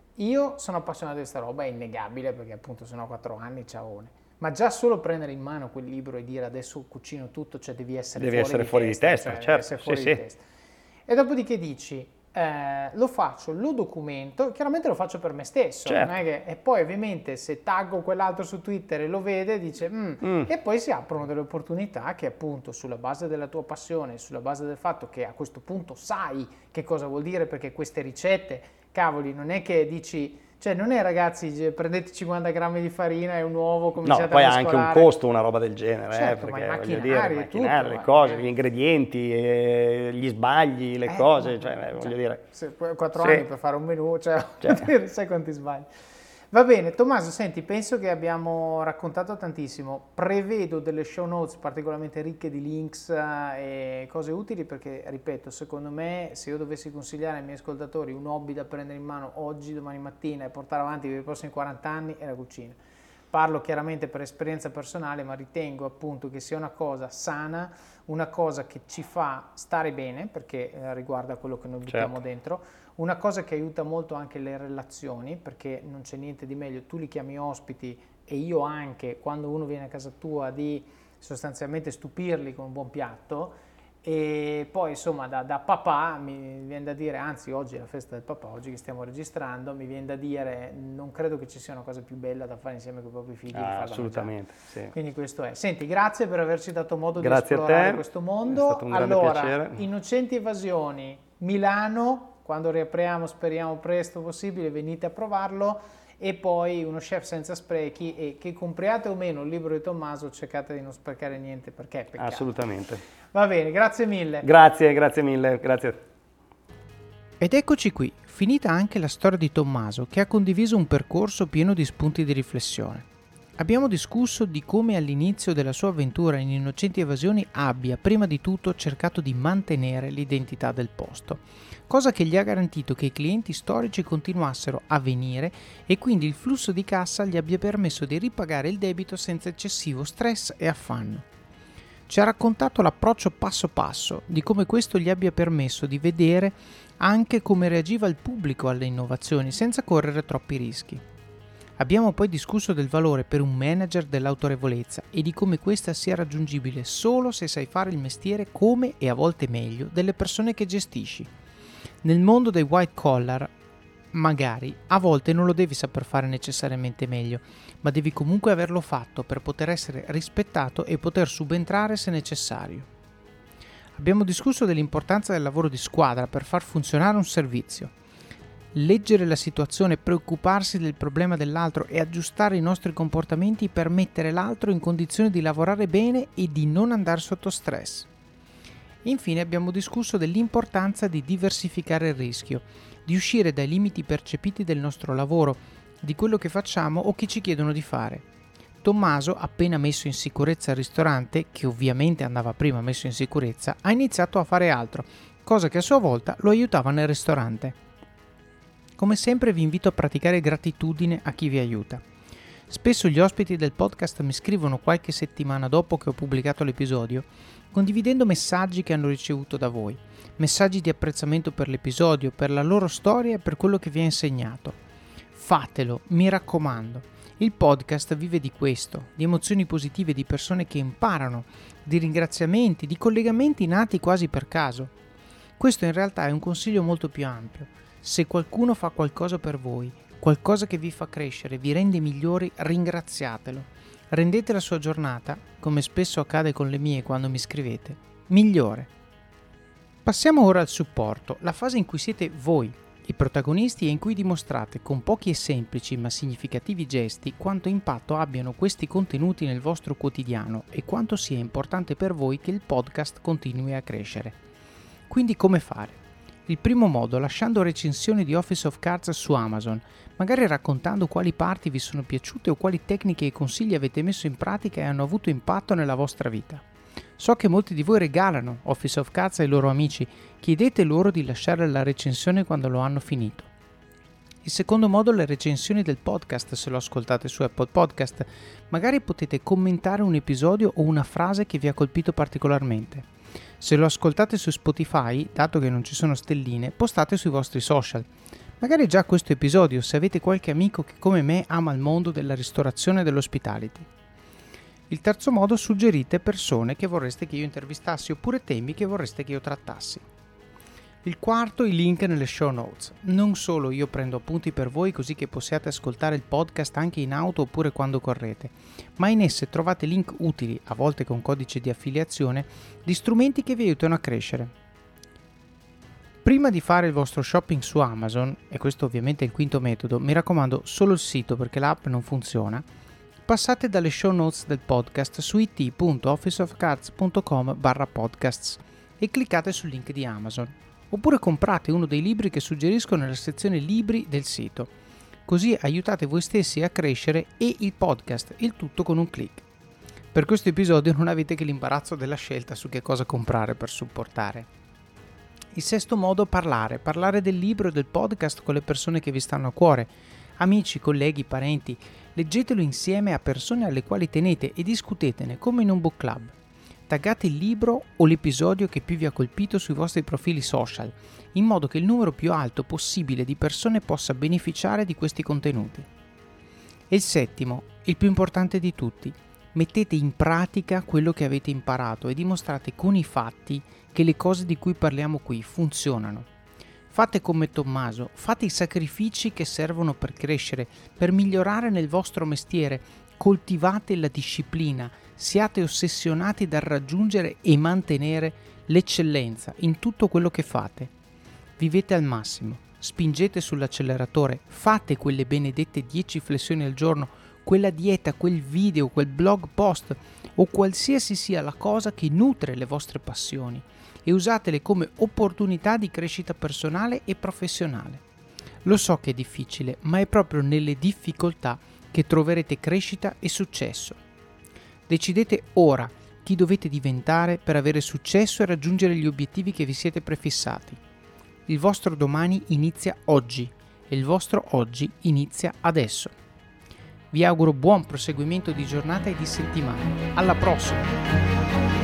io sono appassionato di questa roba, è innegabile perché appunto sono 4 anni, ciaone. Ma già solo prendere in mano quel libro e dire adesso cucino tutto, cioè devi essere fuori di testa, cioè, certo, fuori di testa. E dopodiché dici, lo faccio, lo documento, chiaramente lo faccio per me stesso, certo. Non è che, e poi ovviamente se taggo quell'altro su Twitter e lo vede dice e poi si aprono delle opportunità che appunto sulla base della tua passione, sulla base del fatto che a questo punto sai che cosa vuol dire, perché queste ricette, cavoli, non è che dici, cioè non è ragazzi prendete 50 grammi di farina e un uovo, cominciate a poi mescolare. ha anche un costo una roba del genere, certo, perché ma voglio dire, tutto, le cose, gli ingredienti, gli sbagli, le cose, voglio dire. 4 anni per fare un menù, sai quanti sbagli. Va bene, Tommaso, senti, penso che abbiamo raccontato tantissimo, prevedo delle show notes particolarmente ricche di links e cose utili, perché, ripeto, secondo me, se io dovessi consigliare ai miei ascoltatori un hobby da prendere in mano oggi, domani mattina e portare avanti per i prossimi 40 anni, è la cucina. Parlo chiaramente per esperienza personale, ma ritengo appunto che sia una cosa sana, una cosa che ci fa stare bene, perché riguarda quello che noi buttiamo dentro, una cosa che aiuta molto anche le relazioni, perché non c'è niente di meglio, tu li chiami ospiti e io anche, quando uno viene a casa tua, di sostanzialmente stupirli con un buon piatto. E poi insomma da papà mi viene da dire, anzi oggi è la festa del papà, oggi che stiamo registrando, mi viene da dire non credo che ci sia una cosa più bella da fare insieme con i propri figli. Assolutamente, sì. Quindi questo è. Senti, grazie per averci dato modo di esplorare questo mondo. È stato un grande piacere. Innocenti Evasioni, Milano, quando riapriamo speriamo presto possibile, venite a provarlo. E poi Uno chef senza sprechi, e che compriate o meno il libro di Tommaso, cercate di non sprecare niente, perché è peccato. Assolutamente. Va bene, grazie mille. Grazie mille, grazie. Ed eccoci qui, finita anche la storia di Tommaso, che ha condiviso un percorso pieno di spunti di riflessione. Abbiamo discusso di come all'inizio della sua avventura in Innocenti Evasioni abbia prima di tutto cercato di mantenere l'identità del posto, cosa che gli ha garantito che i clienti storici continuassero a venire e quindi il flusso di cassa gli abbia permesso di ripagare il debito senza eccessivo stress e affanno. Ci ha raccontato l'approccio passo passo, di come questo gli abbia permesso di vedere anche come reagiva il pubblico alle innovazioni senza correre troppi rischi. Abbiamo poi discusso del valore per un manager dell'autorevolezza e di come questa sia raggiungibile solo se sai fare il mestiere come e a volte meglio delle persone che gestisci. Nel mondo dei white collar, magari a volte non lo devi saper fare necessariamente meglio, ma devi comunque averlo fatto per poter essere rispettato e poter subentrare se necessario. Abbiamo discusso dell'importanza del lavoro di squadra per far funzionare un servizio. Leggere la situazione, preoccuparsi del problema dell'altro e aggiustare i nostri comportamenti per mettere l'altro in condizione di lavorare bene e di non andare sotto stress. Infine abbiamo discusso dell'importanza di diversificare il rischio, di uscire dai limiti percepiti del nostro lavoro, di quello che facciamo o che ci chiedono di fare. Tommaso, appena messo in sicurezza il ristorante, che ovviamente andava prima messo in sicurezza, ha iniziato a fare altro, cosa che a sua volta lo aiutava nel ristorante. Come sempre vi invito a praticare gratitudine a chi vi aiuta. Spesso gli ospiti del podcast mi scrivono qualche settimana dopo che ho pubblicato l'episodio, condividendo messaggi che hanno ricevuto da voi, messaggi di apprezzamento per l'episodio, per la loro storia e per quello che vi ha insegnato. Fatelo, mi raccomando. Il podcast vive di questo, di emozioni positive di persone che imparano, di ringraziamenti, di collegamenti nati quasi per caso. Questo in realtà è un consiglio molto più ampio. Se qualcuno fa qualcosa per voi, qualcosa che vi fa crescere, vi rende migliori, ringraziatelo. Rendete la sua giornata, come spesso accade con le mie quando mi scrivete, migliore. Passiamo ora al supporto, la fase in cui siete voi, i protagonisti, e in cui dimostrate con pochi e semplici ma significativi gesti quanto impatto abbiano questi contenuti nel vostro quotidiano e quanto sia importante per voi che il podcast continui a crescere. Quindi come fare? Il primo modo, lasciando recensioni di Office of Cards su Amazon, magari raccontando quali parti vi sono piaciute o quali tecniche e consigli avete messo in pratica e hanno avuto impatto nella vostra vita. So che molti di voi regalano Office of Cards ai loro amici, chiedete loro di lasciare la recensione quando lo hanno finito. Il secondo modo, le recensioni del podcast, se lo ascoltate su Apple Podcast. Magari potete commentare un episodio o una frase che vi ha colpito particolarmente. Se lo ascoltate su Spotify, dato che non ci sono stelline, postate sui vostri social. Magari già questo episodio, se avete qualche amico che come me ama il mondo della ristorazione e dell'hospitality. Il terzo modo, suggerite persone che vorreste che io intervistassi oppure temi che vorreste che io trattassi. Il quarto, i link nelle show notes. Non solo io prendo appunti per voi così che possiate ascoltare il podcast anche in auto oppure quando correte, ma in esse trovate link utili, a volte con codice di affiliazione, di strumenti che vi aiutano a crescere. Prima di fare il vostro shopping su Amazon, e questo ovviamente è il quinto metodo, mi raccomando solo il sito perché l'app non funziona, passate dalle show notes del podcast su it.officeofcards.com/podcasts e cliccate sul link di Amazon. Oppure comprate uno dei libri che suggerisco nella sezione libri del sito. Così aiutate voi stessi a crescere e il podcast, il tutto con un click. Per questo episodio non avete che l'imbarazzo della scelta su che cosa comprare per supportare. Il sesto modo, parlare del libro e del podcast con le persone che vi stanno a cuore, amici, colleghi, parenti. Leggetelo insieme a persone alle quali tenete e discutetene come in un book club. Taggate il libro o l'episodio che più vi ha colpito sui vostri profili social, in modo che il numero più alto possibile di persone possa beneficiare di questi contenuti. E il settimo, il più importante di tutti, mettete in pratica quello che avete imparato e dimostrate con i fatti che le cose di cui parliamo qui funzionano. Fate come Tommaso, fate i sacrifici che servono per crescere, per migliorare nel vostro mestiere, coltivate la disciplina, siate ossessionati dal raggiungere e mantenere l'eccellenza in tutto quello che fate. Vivete al massimo, spingete sull'acceleratore, fate quelle benedette 10 flessioni al giorno, quella dieta, quel video, quel blog post o qualsiasi sia la cosa che nutre le vostre passioni e usatele come opportunità di crescita personale e professionale. Lo so che è difficile, ma è proprio nelle difficoltà che troverete crescita e successo. Decidete ora chi dovete diventare per avere successo e raggiungere gli obiettivi che vi siete prefissati. Il vostro domani inizia oggi e il vostro oggi inizia adesso. Vi auguro buon proseguimento di giornata e di settimana. Alla prossima!